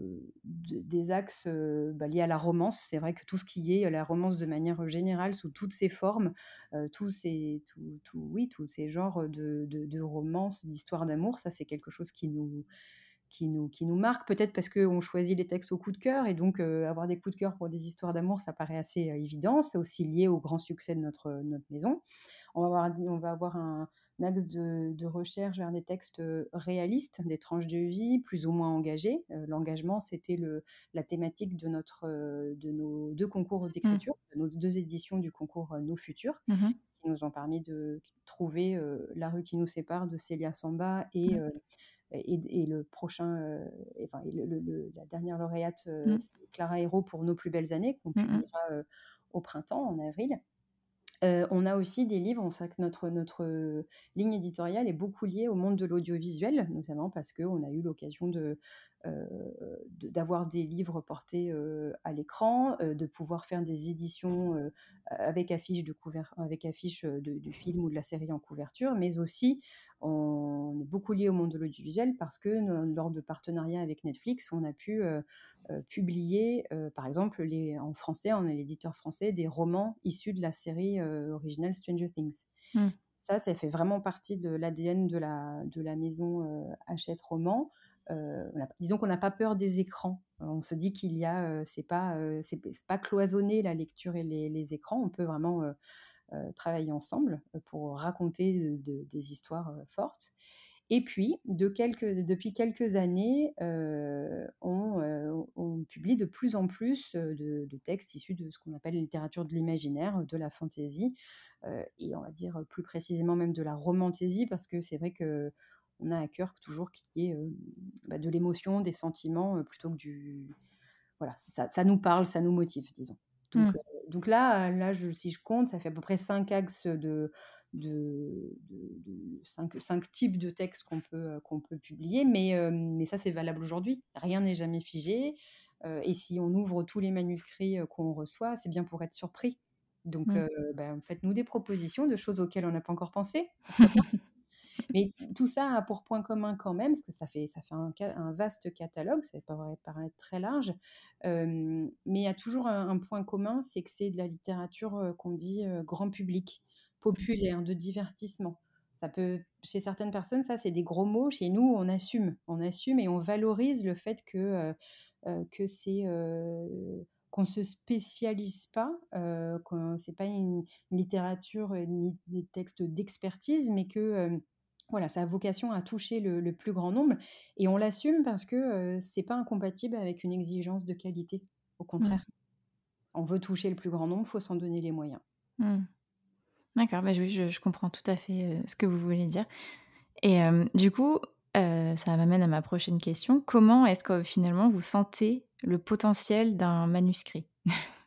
de des axes, heu, bah, liés à la romance. C'est vrai que tout ce qui est, heu, la romance de manière générale sous toutes ses formes, heu, tous ces tous tous oui, tous ces genres de de de romances, d'histoires d'amour, ça c'est quelque chose qui nous qui nous qui nous marque. Peut-être parce qu'on choisit les textes au coup de cœur et donc heu, avoir des coups de cœur pour des histoires d'amour, ça paraît assez, heu, évident. C'est aussi lié au grand succès de notre, notre maison. On va avoir on va avoir un axe de de recherche vers des textes, heu, réalistes, des tranches de vie plus ou moins engagées. Heu, l'engagement, c'était le la thématique de notre, heu, de nos deux concours
Mmh.
d'écriture, de nos deux éditions du concours, heu, Nos Futurs,
Mmh mh.
qui nous ont permis de trouver, heu, La rue qui nous sépare de Célia Samba et
Mmh.
heu et et le prochain, heu, et enfin et le le le la dernière lauréate, heu,
Mmh.
c'est Clara Hérault pour Nos plus belles années qu'on
Mmh mh.
publiera, heu, au printemps, en avril. Heu, on a aussi des livres, on sait que notre notre, heu, ligne éditoriale est beaucoup liée au monde de l'audiovisuel, notamment parce qu'on a eu l'occasion de, heu, de d'avoir des livres portés, heu, à l'écran, heu, de pouvoir faire des éditions, heu, avec affiche de couver avec affiche, heu, de du film ou de la série en couverture. Mais aussi, on est beaucoup lié au monde de l'audiovisuel parce que ne lors de partenariats avec Netflix, on a pu, heu heu, publier, heu, par exemple, les en français, on est l'éditeur français des romans issus de la série, heu, originale Stranger Things.
Mmh.
Ça, ça fait vraiment partie de l'A D N de la de la maison, heu, Hachette Roman. Heu, on a disons qu'on n'a pas peur des écrans. Heu, on se dit qu'il y a, heu, c'est pas, heu, c'est p c'est pas cloisonné la lecture et les les écrans. On peut vraiment, heu heu, travailler ensemble, heu, pour raconter, heu, de des histoires, heu, fortes. Et puis, de quelques depuis quelques années, heu, on, heu, on publie de plus en plus, heu, de de textes issus de ce qu'on appelle la littérature de l'imaginaire, de la fantaisie, heu et on va dire, plus précisément même de la romantaisie parce que c'est vrai qu'on a à cœur que toujours qu'il y ait, heu, bah, de l'émotion, des sentiments, heu, plutôt que du voilà, ça ça nous parle, ça nous motive, disons. Donc
Mmh.
heu, donc là, là, je si je compte, ça fait à peu près cinq axes de de de de cinq cinq types de textes qu'on peut, heu, qu'on peut publier, mais hem, mais ça, c'est valable aujourd'hui. Rien n'est jamais figé, heu et si on ouvre tous les manuscrits, heu, qu'on reçoit, c'est bien pour être surpris. Donc
Mmh.
heu, ben, faites-nous des propositions de choses auxquelles on n'a pas encore pensé, pourquoi pas? Mais tout ça a pour point commun quand même, parce que ça fait ça fait un ca un vaste catalogue, ça paraît paraître très large, hem, mais il y a toujours un un point commun, c'est que c'est de la littérature, heu, qu'on dit, heu, grand public, populaire, de divertissement. Ça peut chez certaines personnes, ça, c'est des gros mots. Chez nous, on assume. On assume et on valorise le fait que, heu heu, que c'est, heu, qu'on se spécialise pas, heu, qu'on c'est pas une littérature, heu, ni des textes d'expertise, mais que, hem voilà, ça a vocation à toucher le le plus grand nombre et on l'assume parce que, heu, c'est pas incompatible avec une exigence de qualité. Au
Mmh.
contraire, on veut toucher le plus grand nombre, faut s'en donner les moyens.
Mmh. D'accord, bah, oui, je je comprends tout à fait, heu, ce que vous voulez dire et hem, du coup, heu, ça m'amène à ma prochaine question. Comment est-ce que finalement vous sentez le potentiel d'un manuscrit?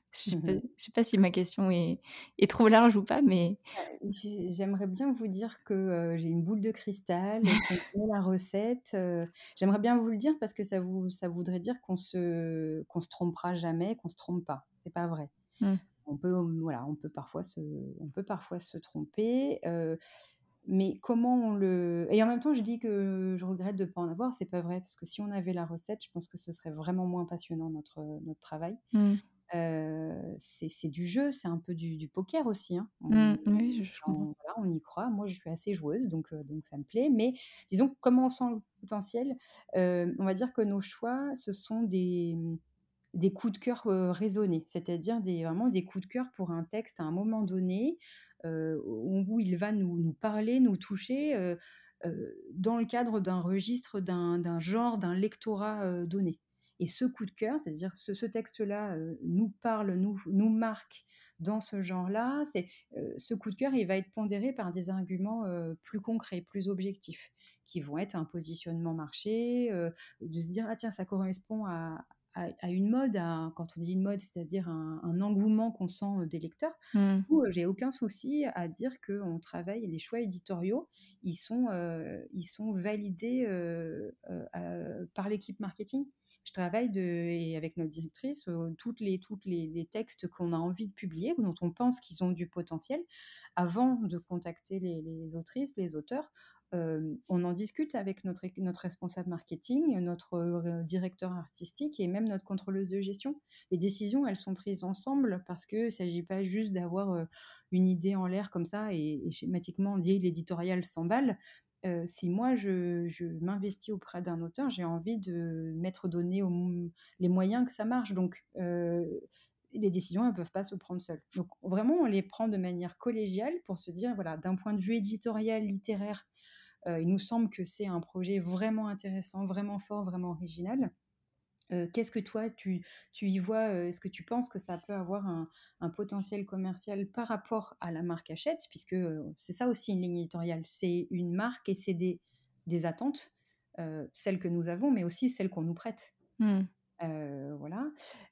Je sais pas je sais pas si ma question est est trop large ou pas, mais
Heu, j'ai j'aimerais bien vous dire que, heu, j'ai une boule de cristal, qu'on connaît la recette, heu, j'aimerais bien vous le dire parce que ça vous ça voudrait dire qu'on se qu'on se trompera jamais, qu'on se trompe pas. C'est pas vrai.
mmh,
On peut, hem, voilà, on peut parfois se on peut parfois se tromper, heu, mais comment on le et en même temps, je dis que je regrette de pas en avoir, c'est pas vrai parce que si on avait la recette, je pense que ce serait vraiment moins passionnant notre, notre travail.
mmh,
Heu, c'est c'est du jeu, c'est un peu du du poker aussi, hein.
mmh,
On
oui, je je comprends.
on voilà, on y croit. Moi, je suis assez joueuse, donc heu, donc ça me plaît. Mais disons que comment on sent le potentiel? Heu, on va dire que nos choix, ce sont des, mmh, des coups de cœur, heu, raisonnés. C'est-à-dire des vraiment des coups de cœur pour un texte à un moment donné, heu, où où il va nous nous parler, nous toucher, heu heu, dans le cadre d'un registre, d'un d'un genre, d'un lectorat, heu, donné. Et ce coup de cœur, c'est-à-dire ce ce texte-là, heu, nous parle, nous nous marque dans ce genre-là, c'est, heu, ce coup de cœur, il va être pondéré par des arguments, heu, plus concrets, plus objectifs, qui vont être un positionnement marché, heu, de se dire: «Ah tiens, ça correspond à à à une mode», à quand on dit une mode, c'est-à-dire un un engouement qu'on sent, heu, des lecteurs.
Mmh,
Du coup, heu, j'ai aucun souci à dire qu'on travaille les choix éditoriaux, ils sont, heu, ils sont validés, heu heu, heu, par l'équipe marketing. Je travaille de et avec notre directrice, heu, toutes les toutes les les textes qu'on a envie de publier, dont on pense qu'ils ont du potentiel, avant de contacter les les autrices, les auteurs, hem, on en discute avec notre éq notre responsable marketing, notre, heu, directeur artistique et même notre contrôleuse de gestion. Les décisions, elles sont prises ensemble parce qu'il s'agit pas juste d'avoir, heu, une idée en l'air comme ça et et schématiquement on dit: «L'éditorial s'emballe». Heu, si moi je je m'investis auprès d'un auteur, j'ai envie de m'être donné au m les moyens que ça marche, donc heu, les décisions, elles peuvent pas se prendre seules. Donc vraiment, on les prend de manière collégiale pour se dire, voilà, d'un point de vue éditorial, littéraire, heu, il nous semble que c'est un projet vraiment intéressant, vraiment fort, vraiment original. Heu, qu'est-ce que toi tu tu y vois, heu, est-ce que tu penses que ça peut avoir un un potentiel commercial par rapport à la marque Hachette? Puisque, heu, c'est ça aussi une ligne éditoriale, c'est une marque et c'est des des attentes, heu, celles que nous avons, mais aussi celles qu'on nous prête.
mmh.
Heu, voilà,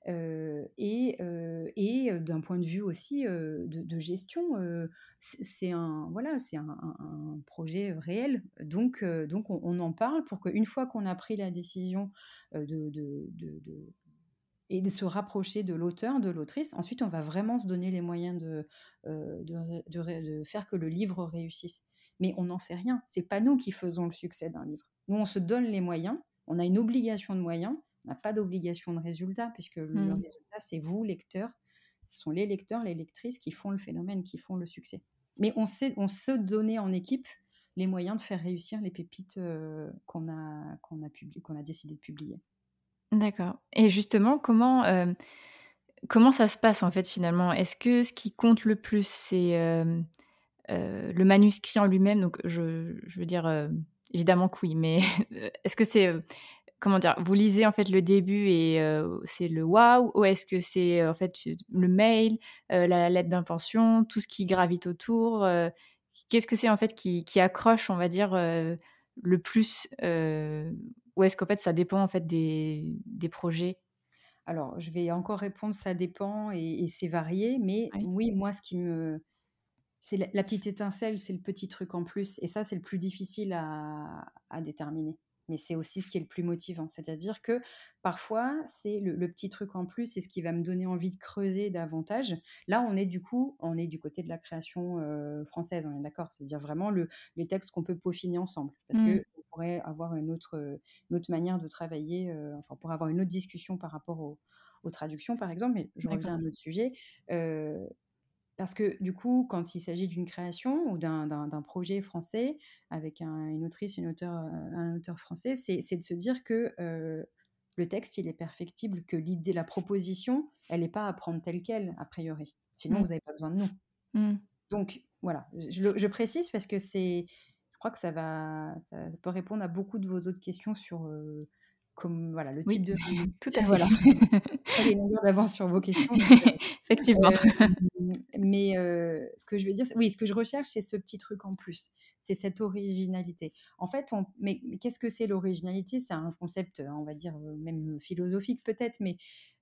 heu et heu et heu, d'un point de vue aussi, heu, de de gestion, heu, c'est c'est un voilà, c'est un un un projet réel. Donc heu, donc on on en parle pour qu'une fois qu'on a pris la décision, heu, de de de de et de se rapprocher de l'auteur, de l'autrice, ensuite on va vraiment se donner les moyens de, heu, de ré de ré de faire que le livre réussisse. Mais on n'en sait rien, c'est pas nous qui faisons le succès d'un livre. Nous, on se donne les moyens, on a une obligation de moyens, on n'a pas d'obligation de résultat puisque le
Mmh.
résultat, c'est vous, lecteurs, ce sont les lecteurs, les lectrices qui font le phénomène, qui font le succès. Mais on sait on se donnait en équipe les moyens de faire réussir les pépites, heu, qu'on a qu'on a publi qu'on a décidé de publier.
D'accord, et justement, comment, hem, comment ça se passe, en fait, finalement? Est-ce que ce qui compte le plus, c'est, hem, heu, le manuscrit en lui-même? Donc je je veux dire, heu, évidemment que oui, mais est-ce que c'est, heu, comment dire? Vous lisez, en fait, le début et heu, c'est le waouh? Ou est-ce que c'est, heu, en fait, le mail, heu, la lettre d'intention, tout ce qui gravite autour, heu? Qu'est-ce que c'est, en fait, qui qui accroche, on va dire, heu, le plus, heu? Ou est-ce qu'en fait, ça dépend, en fait, des des projets?
Alors, je vais encore répondre: «Ça dépend» et et c'est varié, mais
Oui.
oui, moi, ce qui me c'est la la petite étincelle, c'est le petit truc en plus et ça, c'est le plus difficile à à déterminer. Mais c'est aussi ce qui est le plus motivant. C'est-à-dire que parfois, c'est le le petit truc en plus, c'est ce qui va me donner envie de creuser davantage. Là, on est du coup, on est du côté de la création, heu, française, on est d'accord? C'est-à-dire vraiment le les textes qu'on peut peaufiner ensemble. Parce
Mmh.
qu'on pourrait avoir une autre, heu, une autre manière de travailler, heu, enfin, on pourrait avoir une autre discussion par rapport aux aux traductions, par exemple, mais je reviens
D'accord.
à notre sujet. Heu parce que du coup, quand il s'agit d'une création ou d'un d'un d'un projet français avec un une autrice, une auteure, heu, un auteur français, c'est c'est de se dire que, heu, le texte, il est perfectible, que l'idée la proposition, elle est pas à prendre telle quelle, a priori. Sinon,
Mmh.
vous avez pas besoin de nous.
Mmh.
Donc voilà, je le je précise parce que c'est je crois que ça va ça peut répondre à beaucoup de vos autres questions sur, heu, comme voilà, le type
Oui,
de
tout à fait.
voilà. Moi, j'ai une longueur d'avance sur vos questions donc heu
Effectivement.
Hem, mais heu, ce que je veux dire, c'est oui, ce que je recherche, c'est ce petit truc en plus. C'est cette originalité. En fait, on mais mais qu'est-ce que c'est l'originalité? C'est un concept, heu, on va dire, heu, même philosophique peut-être, mais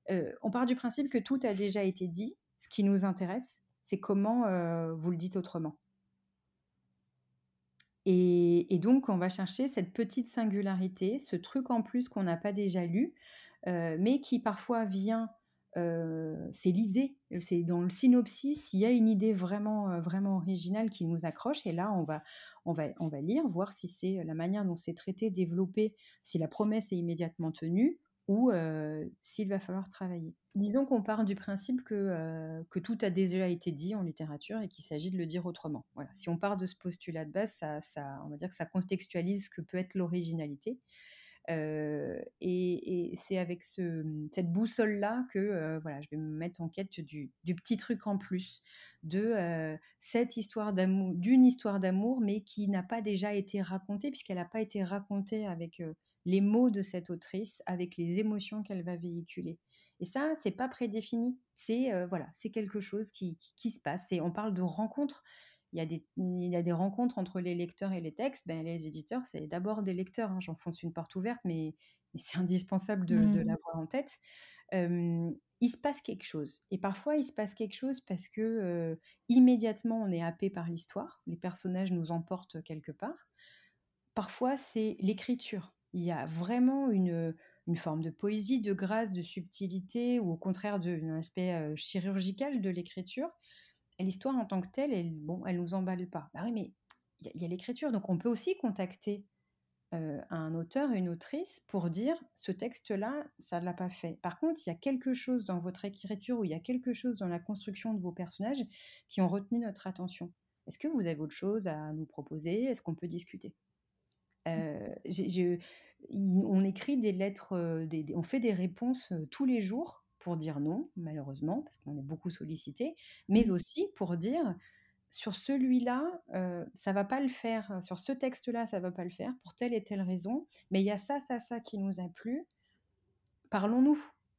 heu, on part du principe que tout a déjà été dit. Ce qui nous intéresse, c'est comment, heu, vous le dites autrement. Et et donc on va chercher cette petite singularité, ce truc en plus qu'on n'a pas déjà lu, heu, mais qui parfois vient, heu, c'est l'idée, c'est dans le synopsis, il y a une idée vraiment, heu, vraiment originale qui nous accroche et là on va on va on va lire, voir si c'est la manière dont c'est traité, développé, si la promesse est immédiatement tenue ou heu, s'il va falloir travailler. Disons qu'on part du principe que, heu, que tout a déjà été dit en littérature et qu'il s'agit de le dire autrement. Voilà, si on part de ce postulat de base, ça ça on va dire que ça contextualise ce que peut être l'originalité. Heu et et c'est avec ce, mmh, cette boussole-là que, heu, voilà, je vais me mettre en quête du du petit truc en plus, de, heu, cette histoire d'amou d'une histoire d'amour, mais qui n'a pas déjà été racontée, puisqu'elle n'a pas été racontée avec, heu, les mots de cette autrice, avec les émotions qu'elle va véhiculer. Et ça, c'est pas prédéfini. C'est, heu, voilà, c'est quelque chose qui qui qui se passe et on parle de rencontres. Il y a des il y a des rencontres entre les lecteurs et les textes. Ben, les éditeurs, c'est d'abord des lecteurs, hein. J'enfonce une porte ouverte, mais mais c'est indispensable de de
Mmh.
l'avoir en tête. Hem, il se passe quelque chose et parfois il se passe quelque chose parce que, heu, immédiatement on est happé par l'histoire, les personnages nous emportent quelque part. Parfois c'est l'écriture. Il y a vraiment une, une forme de poésie, de grâce, de subtilité ou au contraire de un aspect, heu, chirurgical de l'écriture. Et l'histoire en tant que telle, elle bon, elle nous emballe pas. Bah oui, mais il y a il y a l'écriture, donc on peut aussi contacter, heu, un auteur, une autrice pour dire: «Ce texte-là, ça ne l'a pas fait. Par contre, il y a quelque chose dans votre écriture ou il y a quelque chose dans la construction de vos personnages qui ont retenu notre attention. Est-ce que vous avez autre chose à nous proposer? Est-ce qu'on peut discuter?» Heu, j'ai je i on écrit des lettres, heu, des des on fait des réponses, heu, tous les jours pour dire non, malheureusement, parce qu'on est beaucoup sollicité, mais
Mmh.
aussi pour dire: «Sur celui-là, heu, ça va pas le faire, sur ce texte-là, ça va pas le faire pour telle et telle raison, mais il y a ça, ça, ça qui nous a plu, parlons-nous».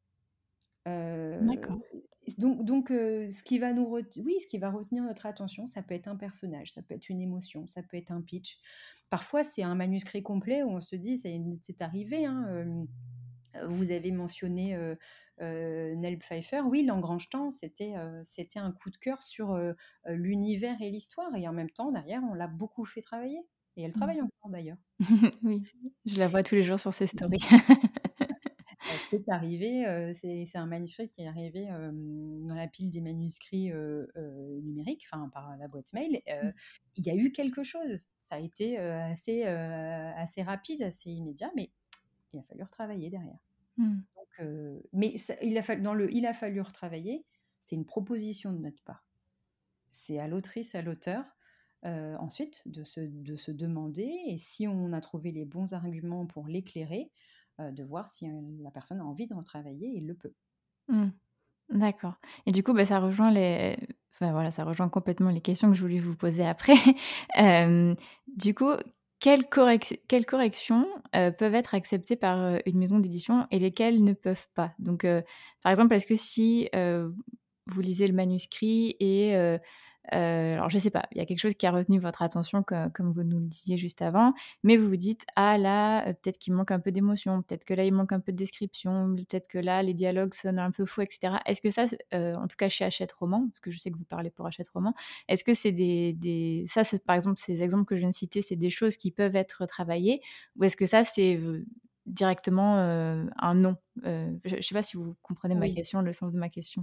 Heu,
D'accord.
donc donc heu, ce qui va nous ret oui, ce qui va retenir notre attention, ça peut être un personnage, ça peut être une émotion, ça peut être un pitch. Parfois, c'est un manuscrit complet où on se dit c'est c'est arrivé, hein, hem, vous avez mentionné, heu heu, Nell Pfeiffer. Oui, L'Engrangement, c'était, heu, c'était un coup de cœur sur, heu heu, l'univers et l'histoire et en même temps, derrière, on l'a beaucoup fait travailler et elle
Mmh.
travaille encore d'ailleurs.
Oui, je la vois tous les jours sur ses stories.
Heu, c'est arrivé, heu, c'est c'est un manuscrit qui est arrivé, hem, dans la pile des manuscrits, heu heu, numériques, enfin par la boîte mail.
Mmh.
Heu, il y a eu quelque chose. Ça a été, heu, assez, heu, assez rapide, assez immédiat, mais il a fallu retravailler derrière.
Mmh.
Donc heu, mais ça il a fallu dans le «il a fallu retravailler», c'est une proposition de notre part. C'est à l'autrice, à l'auteur, heu, ensuite de se de se demander et si on a trouvé les bons arguments pour l'éclairer, heu, de voir si, heu, la personne a envie de retravailler et le peut.
Mmh. D'accord et du coup, bah, ça rejoint les enfin, voilà, ça rejoint complètement les questions que je voulais vous poser après. Hem, du coup, quelles correc quelles corrections, heu, peuvent être acceptées par, heu, une maison d'édition et lesquelles ne peuvent pas? Donc, heu, par exemple, est-ce que si, heu, vous lisez le manuscrit et heu heu, alors je sais pas, il y a quelque chose qui a retenu votre attention co comme vous nous le disiez juste avant, mais vous vous dites: «Ah là, heu, peut-être qu'il manque un peu d'émotion, peut-être que là, il manque un peu de description, peut-être que là, les dialogues sonnent un peu faux» et cetera. Est-ce que ça, c heu, en tout cas chez Hachette Roman, parce que je sais que vous parlez pour Hachette Roman, est-ce que c'est des des ça, c'est par exemple, ces exemples que je viens de citer, c'est des choses qui peuvent être travaillées? Ou est-ce que ça, c'est, heu, directement, heu, un non? Heu, je je sais pas si vous comprenez ma
Oui,
question, le sens de ma question?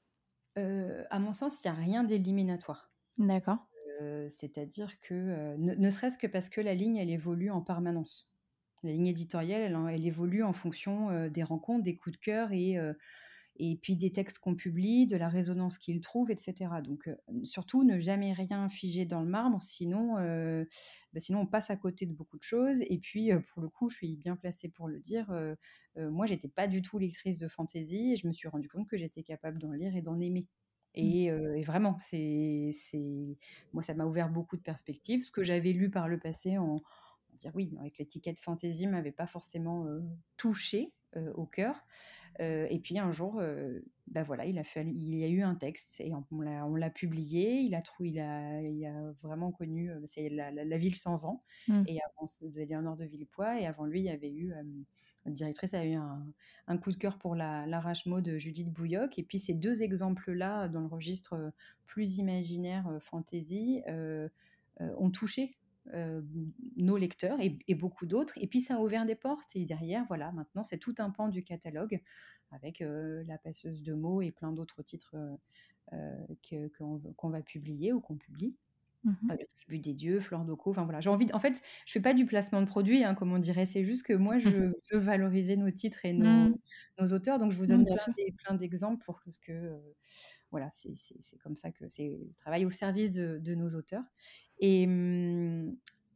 heu, à mon sens, il y a rien d'éliminatoire.
D'accord.
Heu, c'est-à-dire que, heu, ne ne serait-ce que parce que la ligne, elle évolue en permanence. La ligne éditoriale, elle en elle évolue en fonction, heu, des rencontres, des coups de cœur et heu et puis des textes qu'on publie, de la résonance qu'ils trouvent et cetera. Donc, heu, surtout ne jamais rien figer dans le marbre, sinon, heu, bah, sinon on passe à côté de beaucoup de choses et puis, heu, pour le coup, je suis bien placée pour le dire, heu heu, moi j'étais pas du tout lectrice de fantaisie et je me suis rendu compte que j'étais capable d'en lire et d'en aimer
Mmh.
et heu et vraiment c'est c'est moi ça m'a ouvert beaucoup de perspectives. Ce que j'avais lu par le passé en on va dire oui, avec l'étiquette fantaisie m'avait pas forcément, heu, touchée, heu, au cœur. Heu et puis un jour, heu, bah, voilà, il a fallu il y a eu un texte et on on l'a on l'a publié. Il a trou il a il a vraiment connu, heu, c'est La la La ville sans vent
Mmh.
et avant c'est de Léonore de Villepoix et avant lui, il y avait eu, hem, Notre directrice a eu un, un coup de cœur pour la, l'Arachmo de Judith Bouilloc. Et puis ces deux exemples-là, dans le registre euh, plus imaginaire, euh, fantasy, euh, euh, ont touché euh, nos lecteurs et, et beaucoup d'autres. Et puis ça a ouvert des portes. Et derrière, voilà, maintenant c'est tout un pan du catalogue avec euh, La Passeuse de mots et plein d'autres titres euh, euh, que- qu'on, qu'on va publier ou qu'on publie.
Mhm.
Euh, Le Tribut des dieux, Flore d'Oco, enfin voilà, j'ai envie de- en fait, je fais pas du placement de produit, hein, comme on dirait, c'est juste que moi, je veux valoriser nos titres et nos,
Mm.
nos auteurs, donc je vous
Mm,
donne
bien
plein,
sûr.
d'e- plein d'exemples pour que, que, euh, voilà, c'est c'est- c'est comme ça que c'est le travail au service de, de nos auteurs. Et, hum,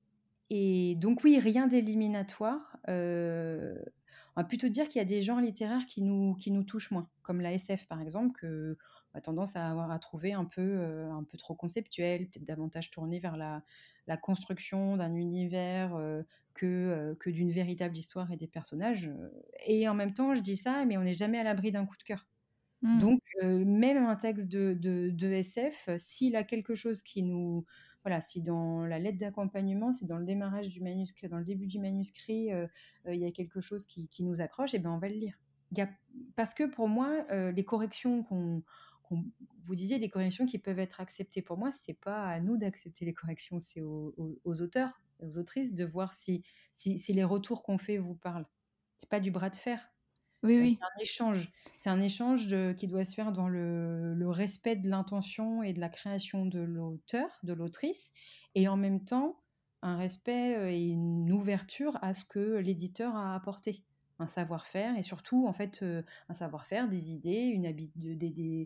et donc oui, rien d'éliminatoire. Euh, on va plutôt dire qu'il y a des genres littéraires qui nous, qui nous touchent moins, comme la S F par exemple, que on a tendance à avoir à trouver un peu, euh, un peu trop conceptuel, peut-être davantage tourné vers la, la construction d'un univers euh, que, euh, que d'une véritable histoire et des personnages. Et en même temps, je dis ça, mais on n'est jamais à l'abri d'un coup de cœur.
Mm.
Donc, euh, même un texte de, de, de S F, euh, s'il a quelque chose qui nous... Voilà, si dans la lettre d'accompagnement, si dans le démarrage du manuscrit, dans le début du manuscrit, euh, euh, il y a quelque chose qui, qui nous accroche, et ben on va le lire. Il y a- Parce que pour moi, euh, les corrections qu'on, qu'on- vous disiez, des corrections qui peuvent être acceptées. Pour moi, c'est pas à nous d'accepter les corrections, c'est aux, aux- aux auteurs, aux autrices de voir si, si, si les retours qu'on fait vous parlent. C'est pas du bras de fer.
Oui,
Euh,
oui.
c'est un échange. C'est un échange de- qui doit se faire dans le, le respect de l'intention et de la création de l'auteur, de l'autrice, et en même temps un respect euh, et une ouverture à ce que l'éditeur a apporté, un savoir-faire et surtout en fait euh, un savoir-faire, des idées, une habi- de- des, des,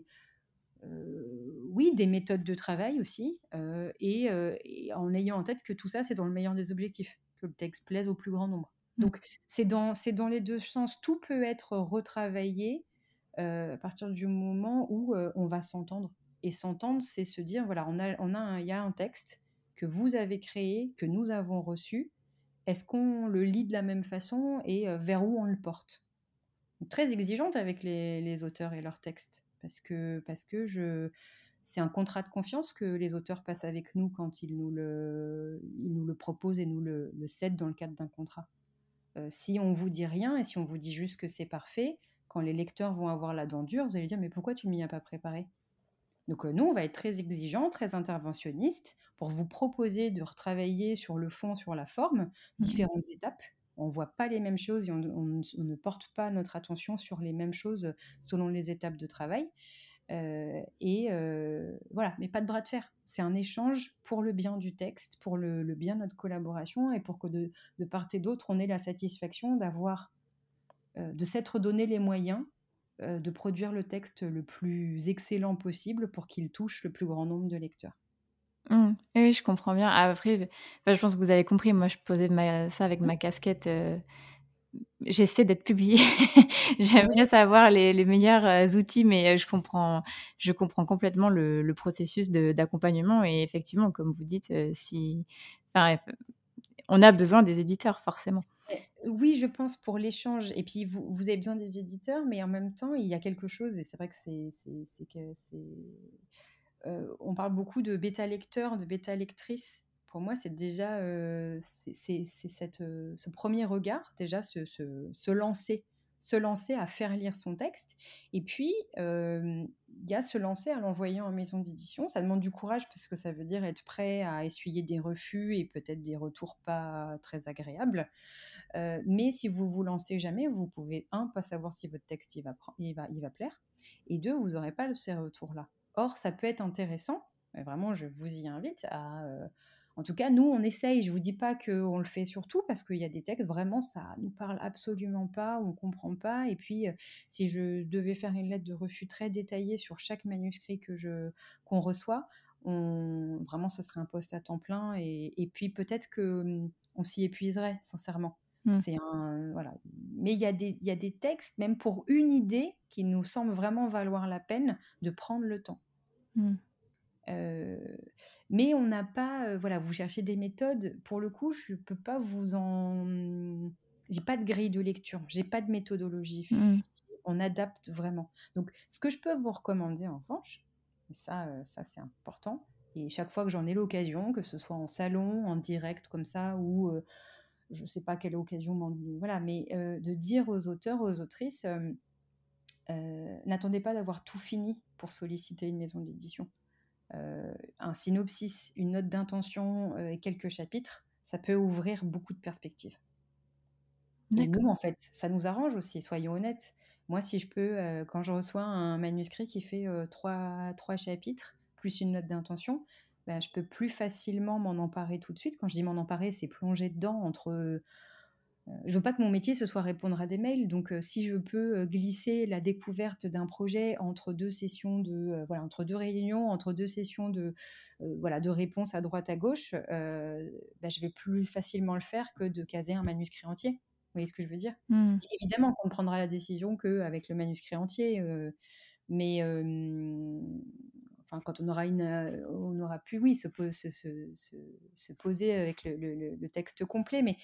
euh, oui, des méthodes de travail aussi, euh, et, euh, et en ayant en tête que tout ça c'est dans le meilleur des objectifs, que le texte plaise au plus grand nombre.
Mm.
Donc c'est dans, c'est dans les deux sens. Tout peut être retravaillé euh, à partir du moment où euh, on va s'entendre. Et s'entendre, c'est se dire, voilà, on a, on a un- il y a un texte que vous avez créé, que nous avons reçu. Est-ce qu'on le lit de la même façon et euh, vers où on le porte? Donc, très exigeante avec les, les auteurs et leurs textes. Parce que, parce que je, c'est un contrat de confiance que les auteurs passent avec nous quand ils nous le, ils nous le proposent et nous le, le cèdent dans le cadre d'un contrat. Euh, si on vous dit rien et si on vous dit juste que c'est parfait, quand les lecteurs vont avoir la dent dure, vous allez dire mais pourquoi tu m'y as pas préparé? Donc euh, nous, on va être très exigeants, très interventionnistes pour vous proposer de retravailler sur le fond, sur la forme,
Mm.
différentes étapes. On ne voit pas les mêmes choses et on, on- on ne porte pas notre attention sur les mêmes choses selon les étapes de travail. Euh, et euh, voilà, mais pas de bras de fer. C'est un échange pour le bien du texte, pour le, le bien de notre collaboration et pour que de, de part et d'autre, on ait la satisfaction d'avoir, euh, de s'être donné les moyens euh, de produire le texte le plus excellent possible pour qu'il touche le plus grand nombre de lecteurs.
Mm. Oui, je comprends bien. Après, enfin, je pense que vous avez compris. Moi, je posais ma- ça avec
Mmh.
ma casquette. euh, J'essaie d'être publiée. J'aimerais
Ouais.
savoir les, les meilleurs euh, outils, mais euh, je comprends, je comprends complètement le, le processus de- d'accompagnement. Et effectivement, comme vous dites, euh, si, enfin, on a besoin des éditeurs, forcément.
Et oui, je pense pour l'échange. Et puis vous, vous avez besoin des éditeurs, mais en même temps, il y a quelque chose, et c'est vrai que c'est, c'est, c'est que c'est euh, on parle beaucoup de bêta lecteurs, de bêta lectrices. Pour moi, c'est déjà euh, c'est, c'est- c'est cette, euh, ce premier regard, déjà se, se- se lancer, se lancer à faire lire son texte. Et puis, euh, il y a se lancer à l'envoyer en maison d'édition. Ça demande du courage parce que ça veut dire être prêt à essuyer des refus et peut-être des retours pas très agréables. Euh, mais si vous vous lancez jamais, vous pouvez, un, pas savoir si votre texte il va, il va, il va plaire, et deux, vous n'aurez pas ces retours-là. Or, ça peut être intéressant, et vraiment, je vous y invite à... euh, en tout cas, nous, on essaye. Je ne vous dis pas qu'on le fait sur tout, parce qu'il y a des textes, vraiment, ça nous parle absolument pas, on ne comprend pas. Et puis, euh, si je devais faire une lettre de refus très détaillée sur chaque manuscrit que je, qu'on reçoit, on, vraiment, ce serait un poste à temps plein. Et, et puis, peut-être qu'on s'y épuiserait, sincèrement.
Mm.
C'est un, voilà. Mais il y a des, il y a des textes, même pour une idée, qui nous semblent vraiment valoir la peine de prendre le temps.
Mm.
Euh, mais on n'a pas, euh, voilà, vous cherchez des méthodes. Pour le coup, je peux pas vous en, j'ai pas de grille de lecture, j'ai pas de méthodologie.
Mm.
On adapte vraiment. Donc, ce que je peux vous recommander en revanche, et ça, euh, ça c'est important. Et chaque fois que j'en ai l'occasion, que ce soit en salon, en direct comme ça, ou euh, je ne sais pas quelle occasion, m'en- voilà, mais euh, de dire aux auteurs, aux autrices, euh, euh, n'attendez pas d'avoir tout fini pour solliciter une maison d'édition. Euh, un synopsis, une note d'intention euh, et quelques chapitres, ça peut ouvrir beaucoup de perspectives. Et
D'accord.
nous, en fait, ça nous arrange aussi, soyons honnêtes. Moi, si je peux, euh, quand je reçois un manuscrit qui fait euh, trois, trois chapitres, plus une note d'intention, ben, je peux plus facilement m'en emparer tout de suite. Quand je dis m'en emparer, c'est plonger dedans entre... euh, je veux pas que mon métier, ce soit répondre à des mails. Donc, euh, si je peux euh, glisser la découverte d'un projet entre deux sessions de... euh, voilà, entre deux réunions, entre deux sessions de, euh, voilà, de réponses à droite, à gauche, euh, ben, je vais plus facilement le faire que de caser un manuscrit entier. Vous voyez ce que je veux dire?
Hmm.
Et évidemment qu'on prendra la décision qu'avec le manuscrit entier, euh, mais euh, enfin, quand on aura, une, euh, on aura pu, oui, se, po- se, se- se- se poser avec le, le- le- le texte complet, mais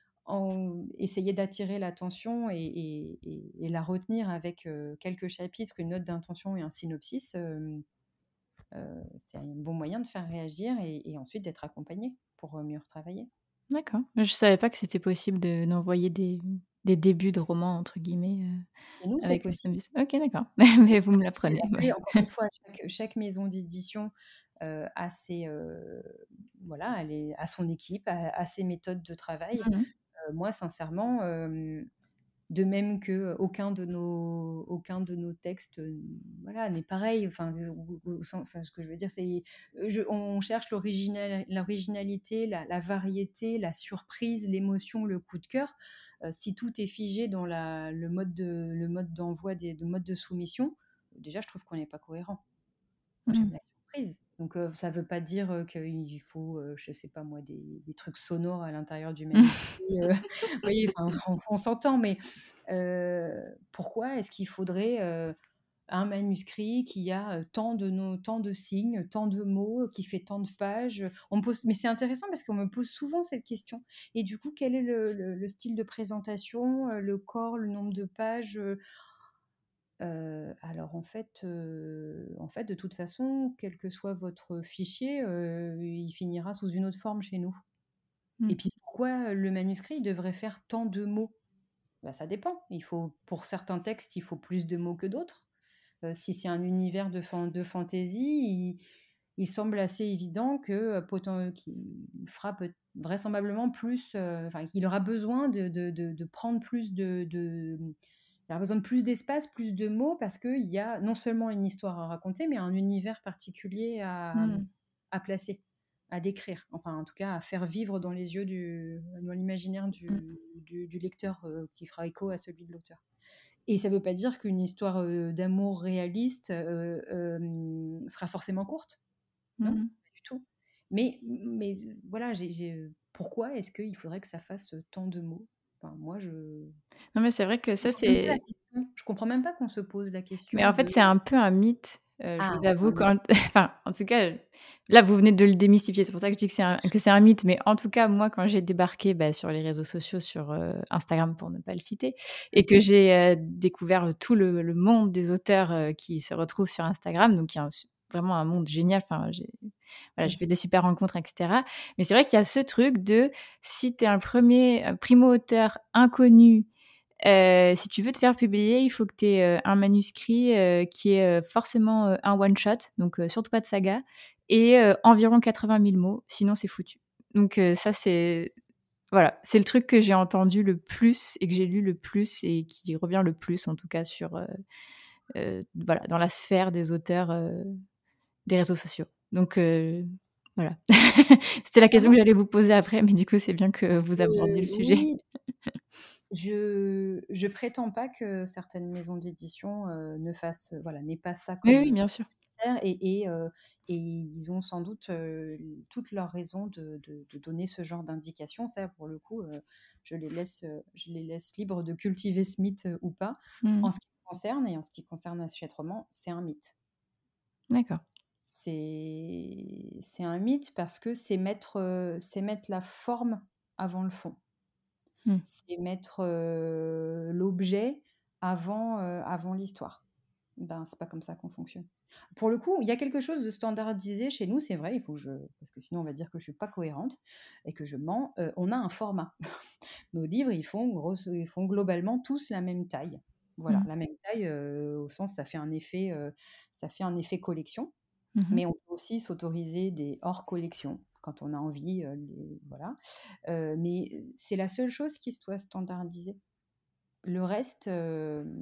en, essayer d'attirer l'attention et, et- et- et la retenir avec euh, quelques chapitres, une note d'intention et un synopsis, euh, euh, c'est un bon moyen de faire réagir et, et ensuite d'être accompagné pour euh, mieux retravailler.
D'accord. Je savais pas que c'était possible de d'envoyer des des «débuts de romans» entre guillemets, heu,
Et nous, c'est
avec le
possible.
synopsis. OK, d'accord. Mais vous me l'apprenez.
Après, encore une fois, chaque, chaque maison d'édition euh, a, ses, euh, voilà, elle est, a son équipe, a, a ses méthodes de travail.
Mmh.
Euh, moi, sincèrement, euh, de même que aucun de nos, aucun de nos textes, euh, voilà, n'est pareil. Enfin, euh, au- au sens- enfin, ce que je veux dire, c'est, euh, je- on cherche l'original, l'originalité, la, la variété, la surprise, l'émotion, le coup de cœur. Euh, si tout est figé dans la, le mode de, le mode d'envoi des, le mode de soumission, déjà, je trouve qu'on n'est pas cohérent. Moi,
Mmh.
j'aime la surprise. Donc, euh, ça ne veut pas dire euh, qu'il faut, euh, je ne sais pas moi, des, des trucs sonores à l'intérieur du manuscrit. euh, oui, enfin, on, on s'entend, mais euh, pourquoi est-ce qu'il faudrait euh, un manuscrit qui a euh, tant de, no- tant de signes, tant de mots, qui fait tant de pages? On me pose, mais c'est intéressant parce qu'on me pose souvent cette question. Et du coup, quel est le, le- le style de présentation, euh, le corps, le nombre de pages? euh, Heu, alors en fait, heu, en fait, de toute façon, quel que soit votre fichier, heu, il finira sous une autre forme chez nous. Et
Mmh.
puis pourquoi le manuscrit, il devrait faire tant de mots? Bah, ça dépend. Il faut pour certains textes, il faut plus de mots que d'autres. Heu, si c'est un univers de fan de fantaisie, il il semble assez évident que, heu, poten qu'il fera peut vraisemblablement plus, heu, enfin qu'il aura besoin de de de de prendre plus de de il aura besoin de plus d'espace, plus de mots parce qu'il y a non seulement une histoire à raconter, mais un univers particulier à, mmh,
Mmh.
à placer, à décrire. Enfin, en tout cas, à faire vivre dans les yeux du dans l'imaginaire
Mmh.
du du du lecteur, heu, qui fera écho à celui de l'auteur. Et ça ne veut pas dire qu'une histoire euh, d'amour réaliste euh, euh, sera forcément courte. Non,
Mmh.
pas du tout. Mais, mais euh, voilà, j'ai, j'ai- pourquoi est-ce qu'il faudrait que ça fasse tant de mots? Enfin, moi, je ne
Non, mais c'est vrai que ça,
pose même pas la
c'est
question. Je comprends même pas qu'on se pose la
mais
question
en
de
fait, c'est un peu un mythe, heu, je
ah,
vous
c'est
avoue
un mythe.
quand enfin, en tout cas, là, vous venez de le démystifier, c'est pour ça que je dis que c'est un que c'est un mythe, mais en tout cas, moi, quand j'ai débarqué, bah, sur les réseaux sociaux, sur, heu, Instagram pour ne pas le citer et que
Mhm.
j'ai, heu, découvert tout le le monde des auteurs, heu, qui se retrouvent sur Instagram, donc il y a un su vraiment un monde génial, enfin, j'ai voilà, j'ai fait
Oui.
des super rencontres et cetera. Mais c'est vrai qu'il y a ce truc de si tu es un premier er primo auteur inconnu. Heu, si tu veux te faire publier, il faut que tu aies, un manuscrit, heu, qui est, heu, forcément, heu, un one shot, donc heu, surtout pas de saga et heu, environ quatre-vingt mille mots, sinon c'est foutu. Donc heu, ça c'est voilà, c'est le truc que j'ai entendu le plus et que j'ai lu le plus et qui revient le plus en tout cas sur, heu heu, voilà, dans la sphère des auteurs, heu, des réseaux sociaux. Donc heu, voilà. C'était la
Non,
question
non,
que j'allais vous poser après, mais du coup, c'est bien que vous abordiez
euh,
le sujet.
oui, je je prétends pas que certaines maisons d'édition euh, ne fassent, voilà, n'aient pas ça
Oui,
comme
oui, bien sûr.
et, et, euh, et ils ont sans doute euh, toutes leurs raisons de, de- de donner ce genre d'indication. Ça, pour le coup, euh, je les laisse, euh, je les laisse libres de cultiver ce mythe euh, ou pas.
Mmh.
En ce qui me concerne et en ce qui concerne Hachette Roman, c'est un mythe.
D'accord.
C'est, c'est un mythe parce que c'est mettre, euh, c'est mettre la forme avant le fond.
Mmh.
C'est mettre euh, l'objet avant, euh, avant l'histoire. Ben, c'est pas comme ça qu'on fonctionne. Pour le coup, il y a quelque chose de standardisé chez nous, c'est vrai, il faut que je parce que sinon on va dire que je suis pas cohérente et que je mens, heu, on a un format. Nos livres, ils font grosso ils font globalement tous la même taille. Voilà,
Mmh.
la même taille, heu, au sens ça fait un effet, heu, ça fait un effet collection,
Mmh.
mais on peut aussi s'autoriser des hors collection quand on a envie, heu, les voilà, heu, mais c'est la seule chose qui soit standardisée. Le reste, hem,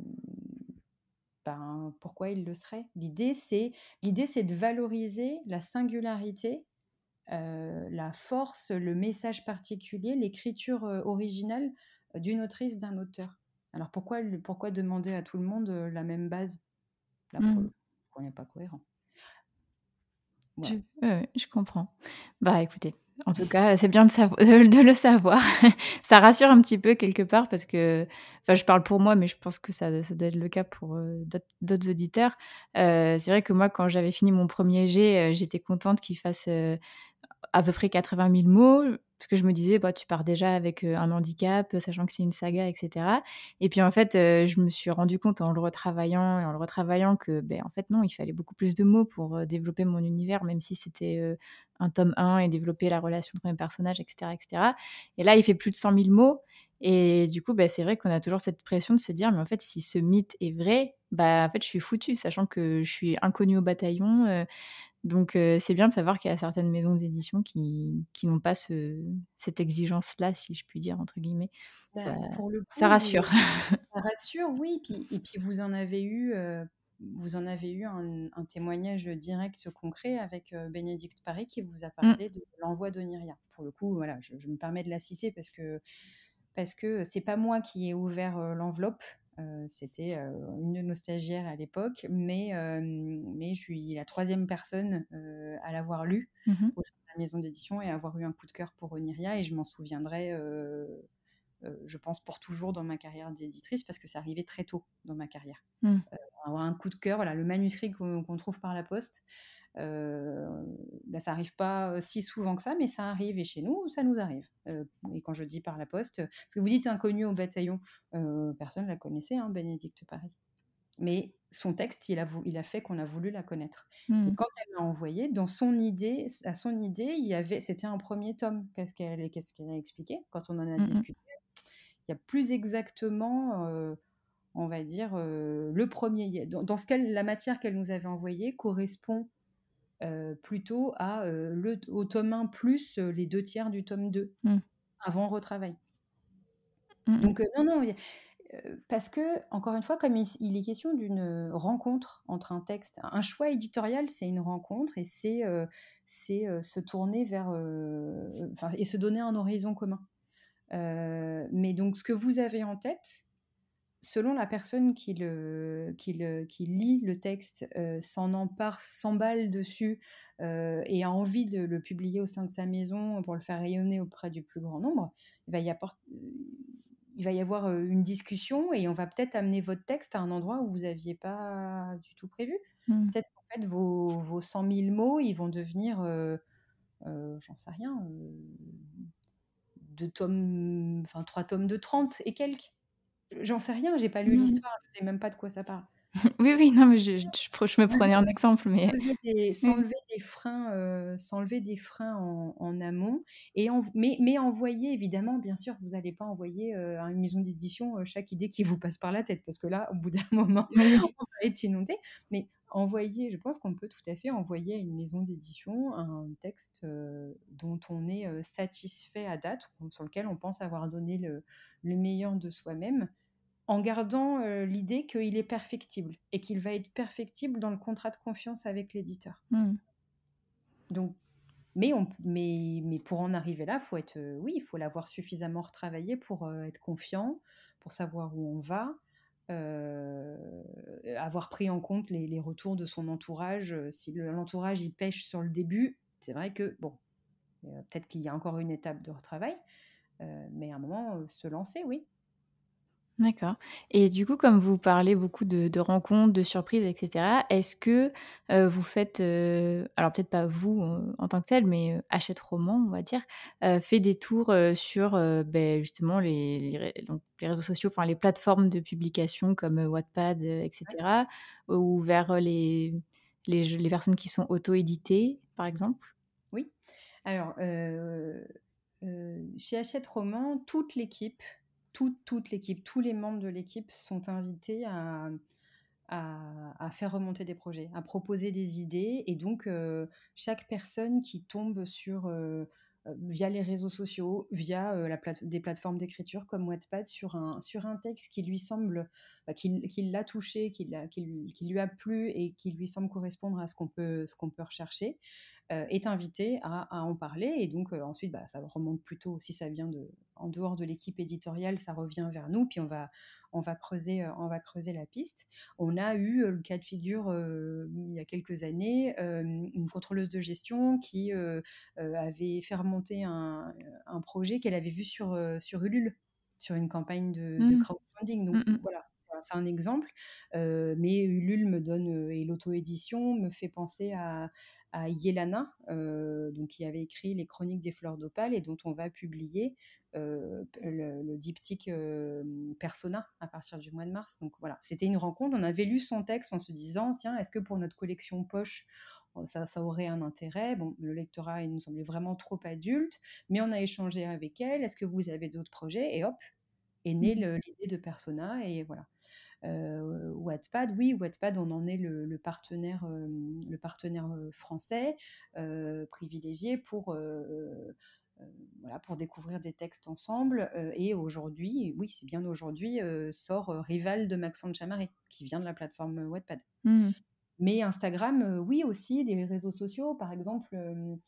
ben, pourquoi il le serait? L'idée, c'est l'idée, c'est de valoriser la singularité, heu, la force, le message particulier, l'écriture, heu, originale d'une autrice, d'un auteur. Alors pourquoi le pourquoi demander à tout le monde, heu, la même base? Là, pour
Mmh.
le coup, on n'est pas cohérent.
Je
Voilà.
ouais, ouais, je comprends. Bah, écoutez, en tout cas, c'est bien de savo de de le savoir. Ça rassure un petit peu quelque part parce que enfin, je parle pour moi, mais je pense que ça ça doit être le cas pour, heu, d'autres d'autres auditeurs. Heu, c'est vrai que moi, quand j'avais fini mon premier jet, heu, j'étais contente qu'il fasse, heu, à peu près quatre-vingt mille mots, parce que je me disais: «Bah, tu pars déjà avec, heu, un handicap, heu, sachant que c'est une saga» et cetera et puis, en fait, heu, je me suis rendu compte en le retravaillant et en le retravaillant que, beh, en fait, non, il fallait beaucoup plus de mots pour, heu, développer mon univers, même si c'était, heu, un tome un et développer la relation entre mes personnages et cetera et cetera et là, il fait plus de cent mille mots et du coup, bah, c'est vrai qu'on a toujours cette pression de se dire: «Mais en fait, si ce mythe est vrai, bah, en fait, je suis foutue», sachant que je suis inconnue au bataillon, heu donc heu, c'est bien de savoir qu'il y a certaines maisons d'édition qui qui n'ont pas ce cette «exigence-là», si je puis dire, entre guillemets. Ça
Bah, pour le
ça
coup, vous
rassure.
ça rassure, oui, puis et puis vous en avez eu, heu, vous en avez eu un un témoignage direct, concret avec, heu, Bénédicte Paris qui vous a
Mmh.
parlé de l'envoi d'Oniria. Pour le coup, voilà, je je me permets de la citer parce que parce que c'est pas moi qui ai ouvert, heu, l'enveloppe, heu, c'était, heu, une de nos stagiaires à l'époque, mais hem, mais je suis la troisième personne, heu, à l'avoir lu
Mmh mh.
au sein de la maison d'édition et à avoir eu un coup de cœur pour Oniria et je m'en souviendrai, heu heu, je pense pour toujours dans ma carrière d'éditrice parce que c'est arrivé très tôt dans ma carrière.
Mmh.
Heu, avoir un coup de cœur, voilà, le manuscrit qu'on qu'on trouve par la poste, heu, bah, ça arrive pas, heu, si souvent que ça, mais ça arrive et chez nous, ça nous arrive. Heu et quand je dis par la poste, parce que vous dites inconnue au bataillon, heu, personne ne la connaissait, hein, Bénédicte Paris. Mais son texte, il a vou il a fait qu'on a voulu la connaître et
Mmh.
quand elle l'a envoyé, dans son idée à son idée, il y avait c'était un premier tome. Qu'est-ce qu'elle qu'est-ce qu'elle a expliqué? Quand on en a
Mmh mh.
discuté, il y a plus exactement, heu, on va dire, heu, le premier. Il y a dans dans ce qu'elle la matière qu'elle nous avait envoyée correspond, heu, plutôt à, heu, le au tome un plus, heu, les deux tiers du tome deux
Mmh.
avant retravail.
Mmh mh.
Donc, heu, non, non, il y a Heu, parce que encore une fois, comme il s il est question d'une, heu, rencontre entre un texte un choix éditorial, c'est une rencontre et c'est, heu, c'est, heu, se tourner vers, heu, enfin et se donner un horizon commun. Heu, mais donc ce que vous avez en tête, selon la personne qui le qui le qui lit le texte, heu, s'en empare, s'emballe dessus, heu et a envie de le publier au sein de sa maison pour le faire rayonner auprès du plus grand nombre, il va y apport il va y avoir, heu, une discussion et on va peut-être amener votre texte à un endroit où vous aviez pas du tout prévu.
Mmh.
Peut-être qu'en fait vos vos cent mille mots, ils vont devenir, heu heu, j'en sais rien, heu, deux tomes, enfin trois tomes de trente et quelques. J'en sais rien, j'ai pas lu
Mmh.
l'histoire, je sais même pas de quoi ça parle.
Oui, oui, non, mais je je je pre je me prenais un exemple, mais
S'enlever des
mmh.
s'enlever des freins, heu, s'enlever des freins en en amont et env mais mais envoyer évidemment, bien sûr, vous allez pas envoyer, heu, à une maison d'édition, heu, chaque idée qui vous passe par la tête parce que là, au bout d'un moment,
Oui, oui.
on va être inondé. Mais envoyer je pense qu'on peut tout à fait envoyer à une maison d'édition un texte, heu, dont on est, heu, satisfait à date, ou sur lequel on pense avoir donné le le meilleur de soi-même. En gardant, heu, l'idée qu'il est perfectible et qu'il va être perfectible dans le contrat de confiance avec l'éditeur.
Mmh.
Donc mais on p mais mais pour en arriver là, faut être, heu, oui, il faut l'avoir suffisamment retravaillé pour, heu, être confiant, pour savoir où on va, heu, avoir pris en compte les les retours de son entourage, heu, si le l'entourage, il pèche sur le début, c'est vrai que bon, heu, peut-être qu'il y a encore une étape de retravail, heu, mais à un moment, heu, se lancer, oui.
D'accord et du coup, comme vous parlez beaucoup de de rencontres, de surprises et cetera, est-ce que, heu, vous faites, heu, alors peut-être pas vous, heu, en tant que tel, mais heu, Hachette Roman, on va dire, heu, fait des tours, heu, sur, heu, beh, justement les les ré donc les réseaux sociaux, enfin les plateformes de publication comme, heu, Wattpad, heu et
Ouais.
cetera, ou vers, heu, les les jeux les personnes qui sont auto-éditées, par exemple?
Oui. Alors, heu heu, chez Hachette Roman, toute l'équipe, toute, toute l'équipe, tous les membres de l'équipe sont invités à à à faire remonter des projets, à proposer des idées et donc heu, chaque personne qui tombe sur, heu heu, via les réseaux sociaux, via, heu, la plate des plateformes d'écriture comme Wattpad sur un sur un texte qui lui semble, bah, qui l qui l'a touché, qui l'a qui lui qui lui a plu et qui lui semble correspondre à ce qu'on peut ce qu'on peut rechercher, heu, est invité à à en parler et donc heu, ensuite, bah, ça remonte plutôt si ça vient de en dehors de l'équipe éditoriale, ça revient vers nous, puis on va on va creuser, heu, on va creuser la piste. On a eu, heu, le cas de figure, heu, il y a quelques années, hem, une contrôleuse de gestion qui, heu heu, avait fait remonter un, un projet qu'elle avait vu sur, heu, sur Ulule, sur une campagne de de
Mmh.
crowdfunding. Donc
Mmh mh.
voilà, c'est un c'est un exemple, heu, mais Ulule me donne, heu et l'auto-édition me fait penser à à Yelana, heu, donc qui avait écrit Les Chroniques des fleurs d'opale et dont on va publier, heu, le le diptyque, hem, Persona à partir du mois de mars. Donc voilà, c'était une rencontre. On avait lu son texte en se disant: «Tiens, est-ce que pour notre collection poche, heu, ça ça aurait un intérêt?» Bon, le lectorat, il nous semblait vraiment trop adulte, mais on a échangé avec elle: «Est-ce que vous avez d'autres projets?» Et hop, est née
Mmh.
le l'idée de Persona et voilà. Heu, Wattpad, oui, Wattpad, on en est le le partenaire, hem, le partenaire, heu, français, heu, privilégié pour, heu heu, voilà, pour découvrir des textes ensemble, heu et aujourd'hui, oui, c'est bien aujourd'hui, heu, sort, heu, Rival de Maxence Chamarry, qui vient de la plateforme, heu, Wattpad.
Mmh.
Mais Instagram, heu, oui aussi, des réseaux sociaux, par exemple, hem,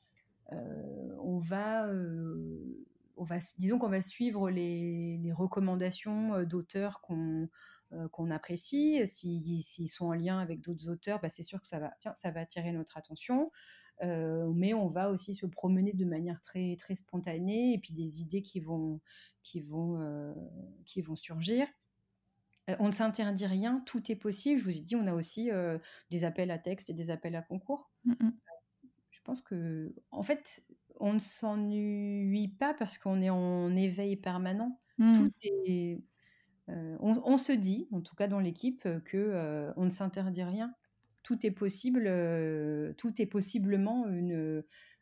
heu, on va, heu, on va s disons qu'on va suivre les les recommandations, heu, d'auteurs qu'on, heu, qu'on apprécie. Si s'ils sont en lien avec d'autres auteurs, bah, c'est sûr que ça va tiens, ça va attirer notre attention. Heu, mais on va aussi se promener de manière très très spontanée et puis des idées qui vont qui vont, heu, qui vont surgir. Heu, on ne s'interdit rien, tout est possible. Je vous ai dit, on a aussi, heu, des appels à textes et des appels à concours.
Mmh mh.
Je pense que, en fait, on ne s'ennuie pas parce qu'on est en éveil permanent.
Mmh.
Tout est, heu, on on se dit, en tout cas dans l'équipe, heu, que, heu, on ne s'interdit rien. Tout est possible, heu, tout est possiblement une, heu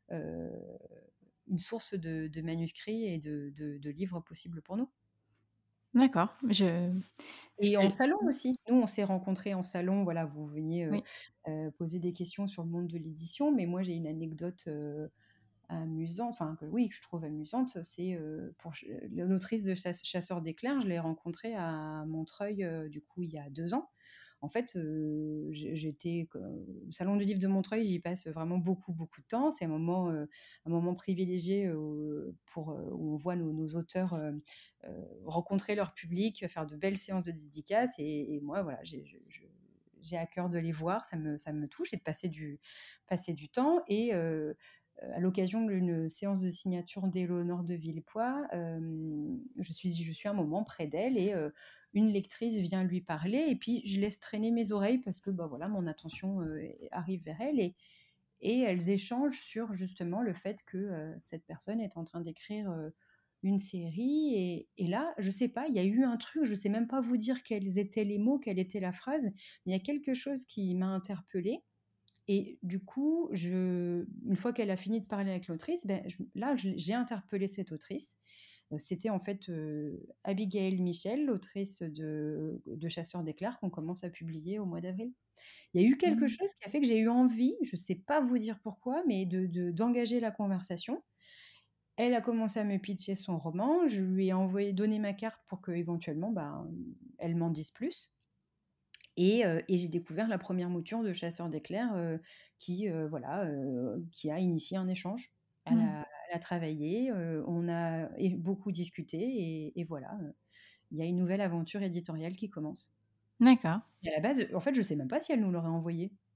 une source de de manuscrits et de de de livres possibles pour nous.
D'accord, je
Et en
je
salon
mmh,
aussi. Nous, on s'est rencontrés en salon, voilà, vous veniez, heu
oui.
heu, poser des questions sur le monde de l'édition, mais moi j'ai une anecdote, heu amusante, enfin que oui, que je trouve amusante, c'est, heu, pour ch l'autrice de Chasse Chasseurs d'éclairs, je l'ai rencontrée à Montreuil, heu, du coup, il y a deux ans. En fait, heu, j'ai j'étais co au salon du livre de Montreuil, j'y passe vraiment beaucoup, beaucoup de temps. C'est un moment, heu, un moment privilégié, heu, pour, heu, où on voit nos nos auteurs, heu heu, rencontrer leur public, faire de belles séances de dédicaces et et moi, voilà, j'ai je je j'ai à cœur de les voir, ça me ça me touche et de passer du passer du temps et heu Heu, à l'occasion d'une séance de signature d'Éléonore de Villepoix, hem, je suis je suis un moment près d'elle et heu, une lectrice vient lui parler et puis je laisse traîner mes oreilles parce que, bah, voilà, mon attention, heu, arrive vers elle et et elles échangent sur justement le fait que, heu, cette personne est en train d'écrire, heu, une série et et là, je sais pas, il y a eu un truc, je sais même pas vous dire quels étaient les mots, quelle était la phrase, mais il y a quelque chose qui m'a interpellée et du coup, je une fois qu'elle a fini de parler avec l'autrice, ben, je là, je j'ai interpellé cette autrice. Heu, c'était en fait, heu, Abigail Michel, l'autrice de de Chasseurs d'éclairs qu'on commence à publier au mois d'avril. Il y a eu quelque
Mmh.
chose qui a fait que j'ai eu envie, je ne sais pas vous dire pourquoi, mais de de d'engager la conversation. Elle a commencé à me pitcher son roman, je lui ai envoyé donné ma carte pour qu'éventuellement, ben, elle m'en dise plus. Et heu et j'ai découvert la première mouture de Chasseurs d'éclairs, heu, qui, heu, voilà, heu, qui a initié un échange. Elle
Mmh.
a elle a travaillé, heu, on a et beaucoup discuté et et voilà, heu, il y a une nouvelle aventure éditoriale qui commence.
D'accord.
Et à la base, en fait, je sais même pas si elle nous l'aurait envoyé.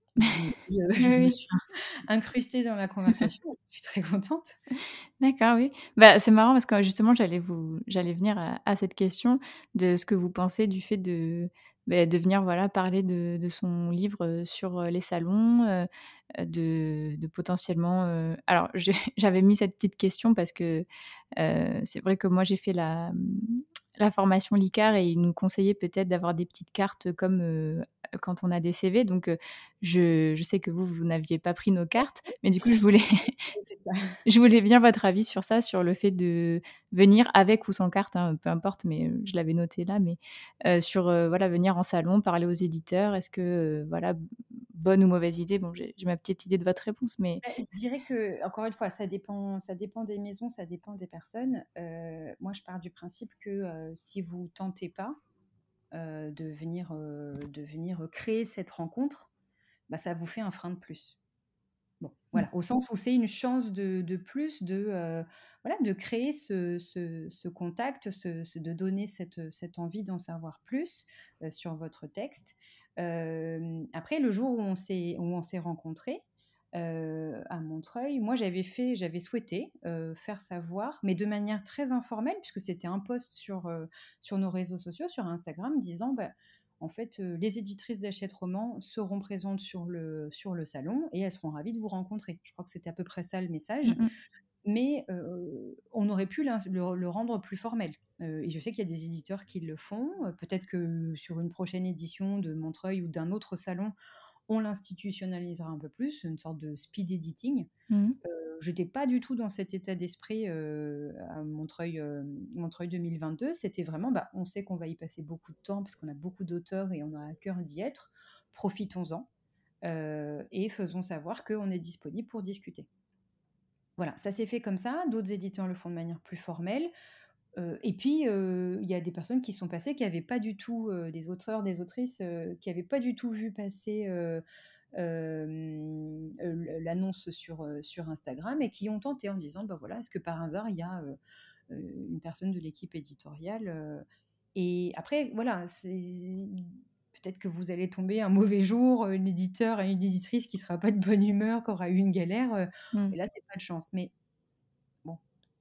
Donc je me suis, heu,
Oui,
je me
oui.
suis incrustée dans la conversation, je suis très contente.
D'accord, oui. Bah, c'est marrant parce que justement j'allais vous j'allais venir à à cette question de ce que vous pensez du fait de, beh, de venir, voilà, parler de de son livre, heu, sur, heu, les salons, heu heu, de de potentiellement, heu alors j'ai j'avais mis cette petite question parce que, heu, c'est vrai que moi j'ai fait la, mmh, la formation Licart et ils nous conseillaient peut-être d'avoir des petites cartes comme, heu, quand on a des C V donc heu, je je sais que vous, vous n'aviez pas pris nos cartes, mais du coup je voulais
Oui, c'est ça.
je voulais bien votre avis sur ça, sur le fait de venir avec ou sans carte, hein, peu importe, mais heu, je l'avais noté là, mais heu, sur, heu, voilà, venir en salon, parler aux éditeurs. Est-ce que, heu, voilà, b bonne ou mauvaise idée? Bon, j'ai j'ai ma petite idée de votre réponse, mais
Bah, je dirais que encore une fois, ça dépend ça dépend des maisons, ça dépend des personnes. Heu, moi, je pars du principe que, heu, si vous tentez pas, heu, de venir, heu, de venir, créer cette rencontre, bah, ça vous fait un frein de plus. Bon,
mmh,
voilà, au sens où c'est une chance de de plus de, heu, voilà, de créer ce ce ce contact, ce ce de donner cette, cette envie d'en savoir plus, heu, sur votre texte. Hem, après le jour où on s'est où on s'est rencontrés, heu, à Montreuil, moi j'avais fait j'avais souhaité, heu, faire savoir, mais de manière très informelle puisque c'était un post sur, heu, sur nos réseaux sociaux, sur Instagram disant, bah, en fait, heu, les éditrices d'Hachette Roman seront présentes sur le sur le salon et elles seront ravies de vous rencontrer. Je crois que c'était à peu près ça le
mmh
message,
mh,
mais heu, on aurait pu l'ins le le rendre plus formel, heu et je sais qu'il y a des éditeurs qui le font, heu, peut-être que sur une prochaine édition de Montreuil ou d'un autre salon, on l'institutionnalisera un peu plus, une sorte de speed editing.
mmh.
Heu, j'étais pas du tout dans cet état d'esprit, heu, à Montreuil, hem, Montreuil deux mille vingt-deux. C'était vraiment, bah, on sait qu'on va y passer beaucoup de temps parce qu'on a beaucoup d'auteurs et on a à cœur d'y être. Profitons-en, heu et faisons savoir qu'on est disponible pour discuter. Voilà, ça s'est fait comme ça. D'autres éditeurs le font de manière plus formelle. Heu et puis, heu, il y a des personnes qui sont passées qui avaient pas du tout, heu, des auteurs, des autrices, heu, qui avaient pas du tout vu passer, heu, hem, heu, l'annonce sur, heu, sur Instagram et qui ont tenté en disant: «Bah, voilà, est-ce que par hasard il y a, heu heu, une personne de l'équipe éditoriale?» heu et après voilà, c'est peut-être que vous allez tomber un mauvais jour, heu, l'éditeur et une éditrice qui sera pas de bonne humeur, qui aura eu une galère, heu
Mmh.
et là, c'est pas de chance. Mais bon,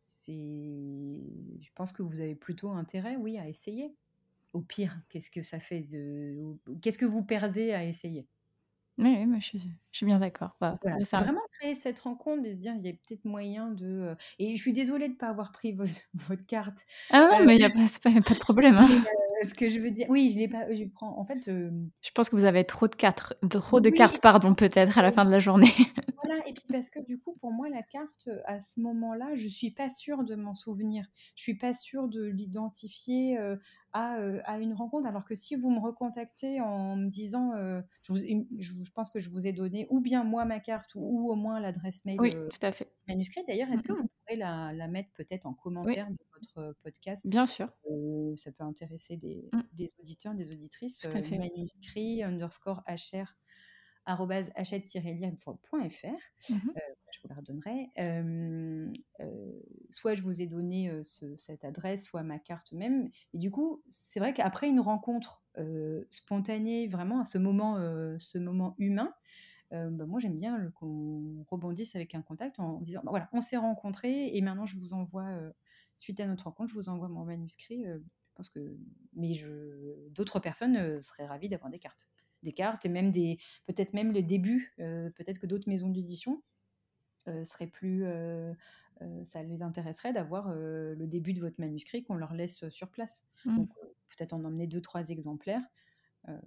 c'est je pense que vous avez plutôt intérêt, oui, à essayer. Au pire, qu'est-ce que ça fait de ou qu'est-ce que vous perdez à essayer?
Oui, oui, moi je suis je suis bien d'accord. Bah,
Voilà,
là,
c'est
c'est un
vraiment créer cette rencontre, de se dire: «Il y a peut-être moyen de, heu» et je suis désolée de ne pas avoir pris vos votre carte,
ah non,
heu,
mais il y a pas c'est pas il y a pas de problème, hein.
mais heu, ce que je veux dire oui, je l'ai pas je prends en fait, hem,
Je pense que vous avez trop de quatre trop de
oui
cartes, pardon, peut-être à la fin de la journée.
voilà et puis parce que du coup, pour moi, la carte, heu, à ce moment-là, je suis pas sûre de m'en souvenir. Je suis pas sûre de l'identifier, heu, à, heu, à une rencontre. Alors que si vous me recontactez en me disant, heu, je vous ai je je pense que je vous ai donné ou bien moi ma carte ou ou au moins l'adresse mail,
Oui,
heu,
tout à fait.
manuscrite. D'ailleurs,
Mmh
est-ce que
mh.
vous pourrez la la mettre peut-être en
Oui,
commentaire de votre, heu, podcast?
bien sûr.
Heu, ça peut intéresser des
Mmh,
des auditeurs, des auditrices,
tout à
heu,
fait.
manuscrit underscore hr arobase hachette-livre.fr.
Mmh mh.
Heu, je vous la redonnerai. Hem, heu, soit je vous ai donné, heu, ce cette adresse, soit ma carte même et du coup, c'est vrai qu'après une rencontre, heu, spontanée, vraiment à ce moment, heu, ce moment humain, heu, bah, moi j'aime bien le qu'on rebondisse avec un contact en disant: «Bah, voilà, on s'est rencontrés et maintenant je vous envoie, heu, suite à notre rencontre, je vous envoie mon manuscrit», heu, je pense que mais je d'autres personnes, heu, seraient ravies d'avoir des cartes. Des cartes et même des peut-être même les débuts, heu, peut-être que d'autres maisons d'édition, heu, seraient plus, heu heu, ça les intéresserait d'avoir, heu, le début de votre manuscrit qu'on leur laisse, heu, sur place.
Mmh.
Donc, heu, peut-être en emmener deux trois exemplaires. Hem,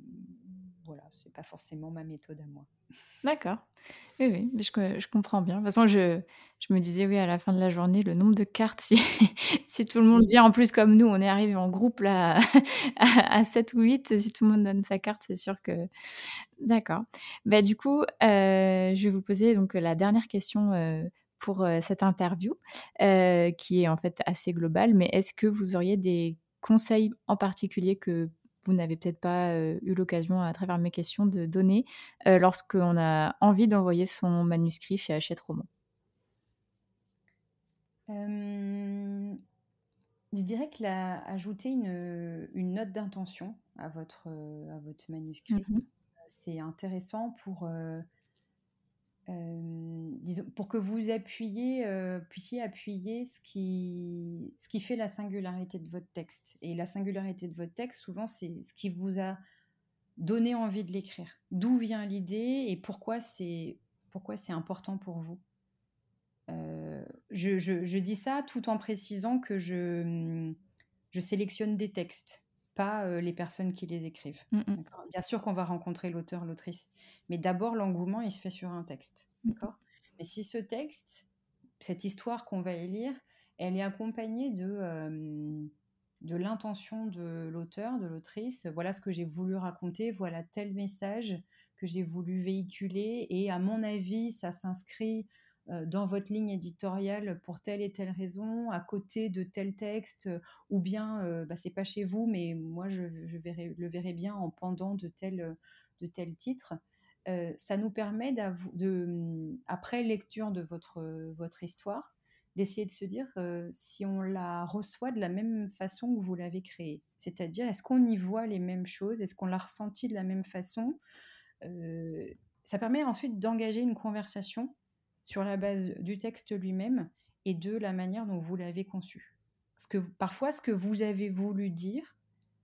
voilà, c'est pas forcément ma méthode à moi.
D'accord. Oui, oui, mais je co je comprends bien. De toute façon, je je me disais, oui, à la fin de la journée, le nombre de cartes, si si tout le monde
Oui.
vient, en plus, comme nous, on est arrivé en groupe là, à à sept ou huit, si tout le monde donne sa carte, c'est sûr que d'accord. Bah, du coup, heu, je vais vous poser donc la dernière question, heu, pour, heu, cette interview, heu, qui est en fait assez globale, mais est-ce que vous auriez des conseils en particulier que vous n'avez peut-être pas, heu, eu l'occasion à travers mes questions de donner, heu, lorsqu'on a envie d'envoyer son manuscrit chez Hachette Roman?
Hem, je dirais que la ajouter une, une note d'intention à votre, heu, à votre
Mmh
manuscrit.
mh.
c'est intéressant pour, euh, euh, disons, pour que vous appuyez, euh, puissiez appuyer ce qui, ce qui fait la singularité de votre texte. Et la singularité de votre texte, souvent, c'est ce qui vous a donné envie de l'écrire. D'où vient l'idée et pourquoi c'est, pourquoi c'est important pour vous. Euh, je, je- je dis ça tout en précisant que je, je sélectionne des textes, pas euh, les personnes qui les écrivent.
Mm, mm,
D'accord. Bien sûr qu'on va rencontrer l'auteur, l'autrice, mais d'abord l'engouement, il se fait sur un texte.
mm,
D'accord. Mais si ce texte, cette histoire qu'on va élire, elle est accompagnée de, euh, de l'intention de l'auteur, de l'autrice. Voilà ce que j'ai voulu raconter, voilà tel message que j'ai voulu véhiculer, et à mon avis, ça s'inscrit euh, dans votre ligne éditoriale pour telle et telle raison, à côté de tel texte, euh, ou bien euh, bah, c'est pas chez vous, mais moi je, je verrai, le verrai bien en pendant de tel, de tel titre. Euh, ça nous permet, de, après lecture de votre, votre histoire, d'essayer de se dire euh, si on la reçoit de la même façon que vous l'avez créée. C'est-à-dire, est-ce qu'on y voit les mêmes choses? Est-ce qu'on l'a ressenti de la même façon? Euh, Ça permet ensuite d'engager une conversation sur la base du texte lui-même et de la manière dont vous l'avez conçu. Parce que parfois, ce que vous avez voulu dire,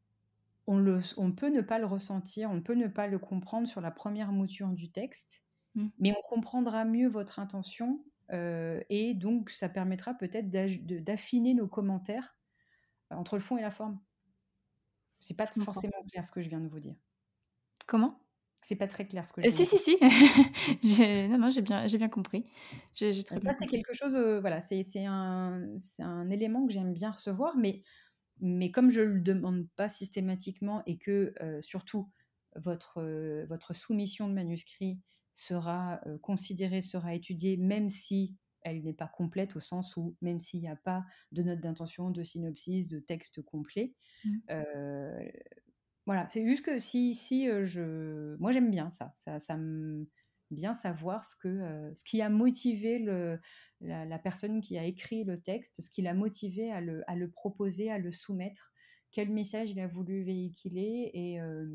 on, le, on peut ne pas le ressentir, on peut ne pas le comprendre sur la première mouture du texte,
mm.
mais on comprendra mieux votre intention, euh, et donc ça permettra peut-être d'aj- de- d'affiner nos commentaires euh, entre le fond et la forme. C'est pas
Je comprends.
forcément clair ce que je viens de vous dire.
Comment?
C'est pas très clair ce que je
Euh,
viens
si,
de
si,
dire.
si. J'ai- Non, non, j'ai bien, j'ai bien compris. J'ai j'ai très bien
Ça, c'est
compris.
quelque chose, euh, voilà, c'est c'est un, c'est un élément que j'aime bien recevoir, mais, mais comme je ne le demande pas systématiquement et que euh, surtout votre, euh, votre soumission de manuscrit sera euh, considérée, sera étudiée, même si elle n'est pas complète, au sens où même s'il n'y a pas de note d'intention, de synopsis, de texte complet.
Mm.
euh, voilà, c'est juste que si, si euh, je, moi j'aime bien ça, ça, ça me bien savoir ce que, euh, ce qui a motivé le, la, la personne qui a écrit le texte, ce qui l'a motivé à le, à le proposer, à le soumettre, quel message il a voulu véhiculer, et euh,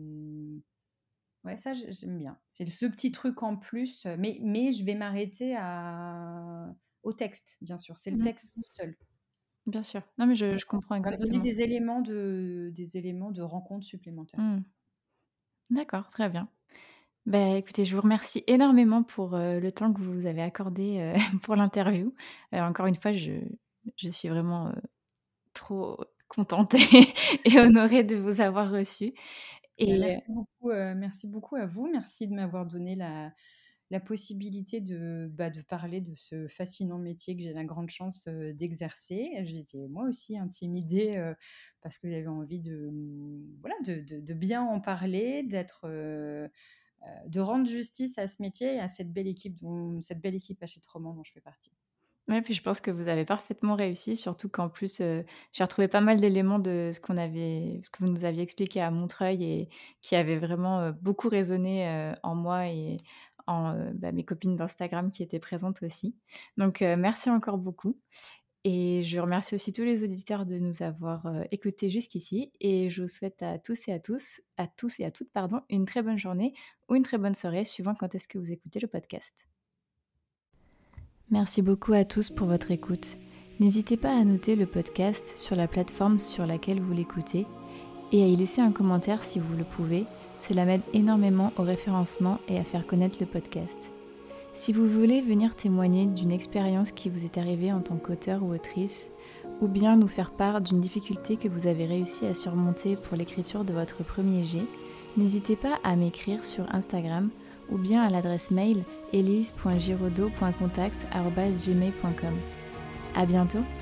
ouais, ça j'ai- j'aime bien. C'est ce petit truc en plus, euh, mais, mais je vais m'arrêter à, au texte, bien sûr, c'est le
Mm.
texte seul.
Bien sûr. Non, mais je, je comprends
On va me donner
exactement.
des éléments de, des éléments de rencontre supplémentaires.
Mm. D'accord, très bien. Bah, écoutez, je vous remercie énormément pour euh, le temps que vous avez accordé euh, pour l'interview. Euh, encore une fois, je, je suis vraiment euh, trop contente et, et honorée de vous avoir reçu.
Bah,
Et
merci beaucoup, heu, merci beaucoup à vous. Merci de m'avoir donné la la possibilité de, bah, de parler de ce fascinant métier que j'ai la grande chance, heu, d'exercer. J'étais moi aussi intimidée, heu, parce que j'avais envie de, mmh, voilà, de de de bien en parler, d'être, heu heu, de rendre justice à ce métier et à cette belle équipe dont cette belle équipe Hachette Roman dont je fais partie.
ouais, puis je pense que vous avez parfaitement réussi, surtout qu'en plus, heu, j'ai retrouvé pas mal d'éléments de ce qu'on avait ce que vous nous aviez expliqué à Montreuil et qui avait vraiment, heu, beaucoup résonné, heu, en moi et en, heu, bah, mes copines d'Instagram qui étaient présentes aussi. Donc, heu, merci encore beaucoup et je remercie aussi tous les auditeurs de nous avoir, heu, écoutés jusqu'ici et je vous souhaite à tous et à tous à tous et à toutes, pardon, une très bonne journée ou une très bonne soirée suivant quand est-ce que vous écoutez le podcast. Merci beaucoup à tous pour votre écoute. N'hésitez pas à noter le podcast sur la plateforme sur laquelle vous l'écoutez et à y laisser un commentaire si vous le pouvez. Cela m'aide énormément au référencement et à faire connaître le podcast. Si vous voulez venir témoigner d'une expérience qui vous est arrivée en tant qu'auteur ou autrice, ou bien nous faire part d'une difficulté que vous avez réussi à surmonter pour l'écriture de votre premier jet, n'hésitez pas à m'écrire sur Instagram ou bien à l'adresse mail elise point giraudot point contact arobase gmail point com. À bientôt!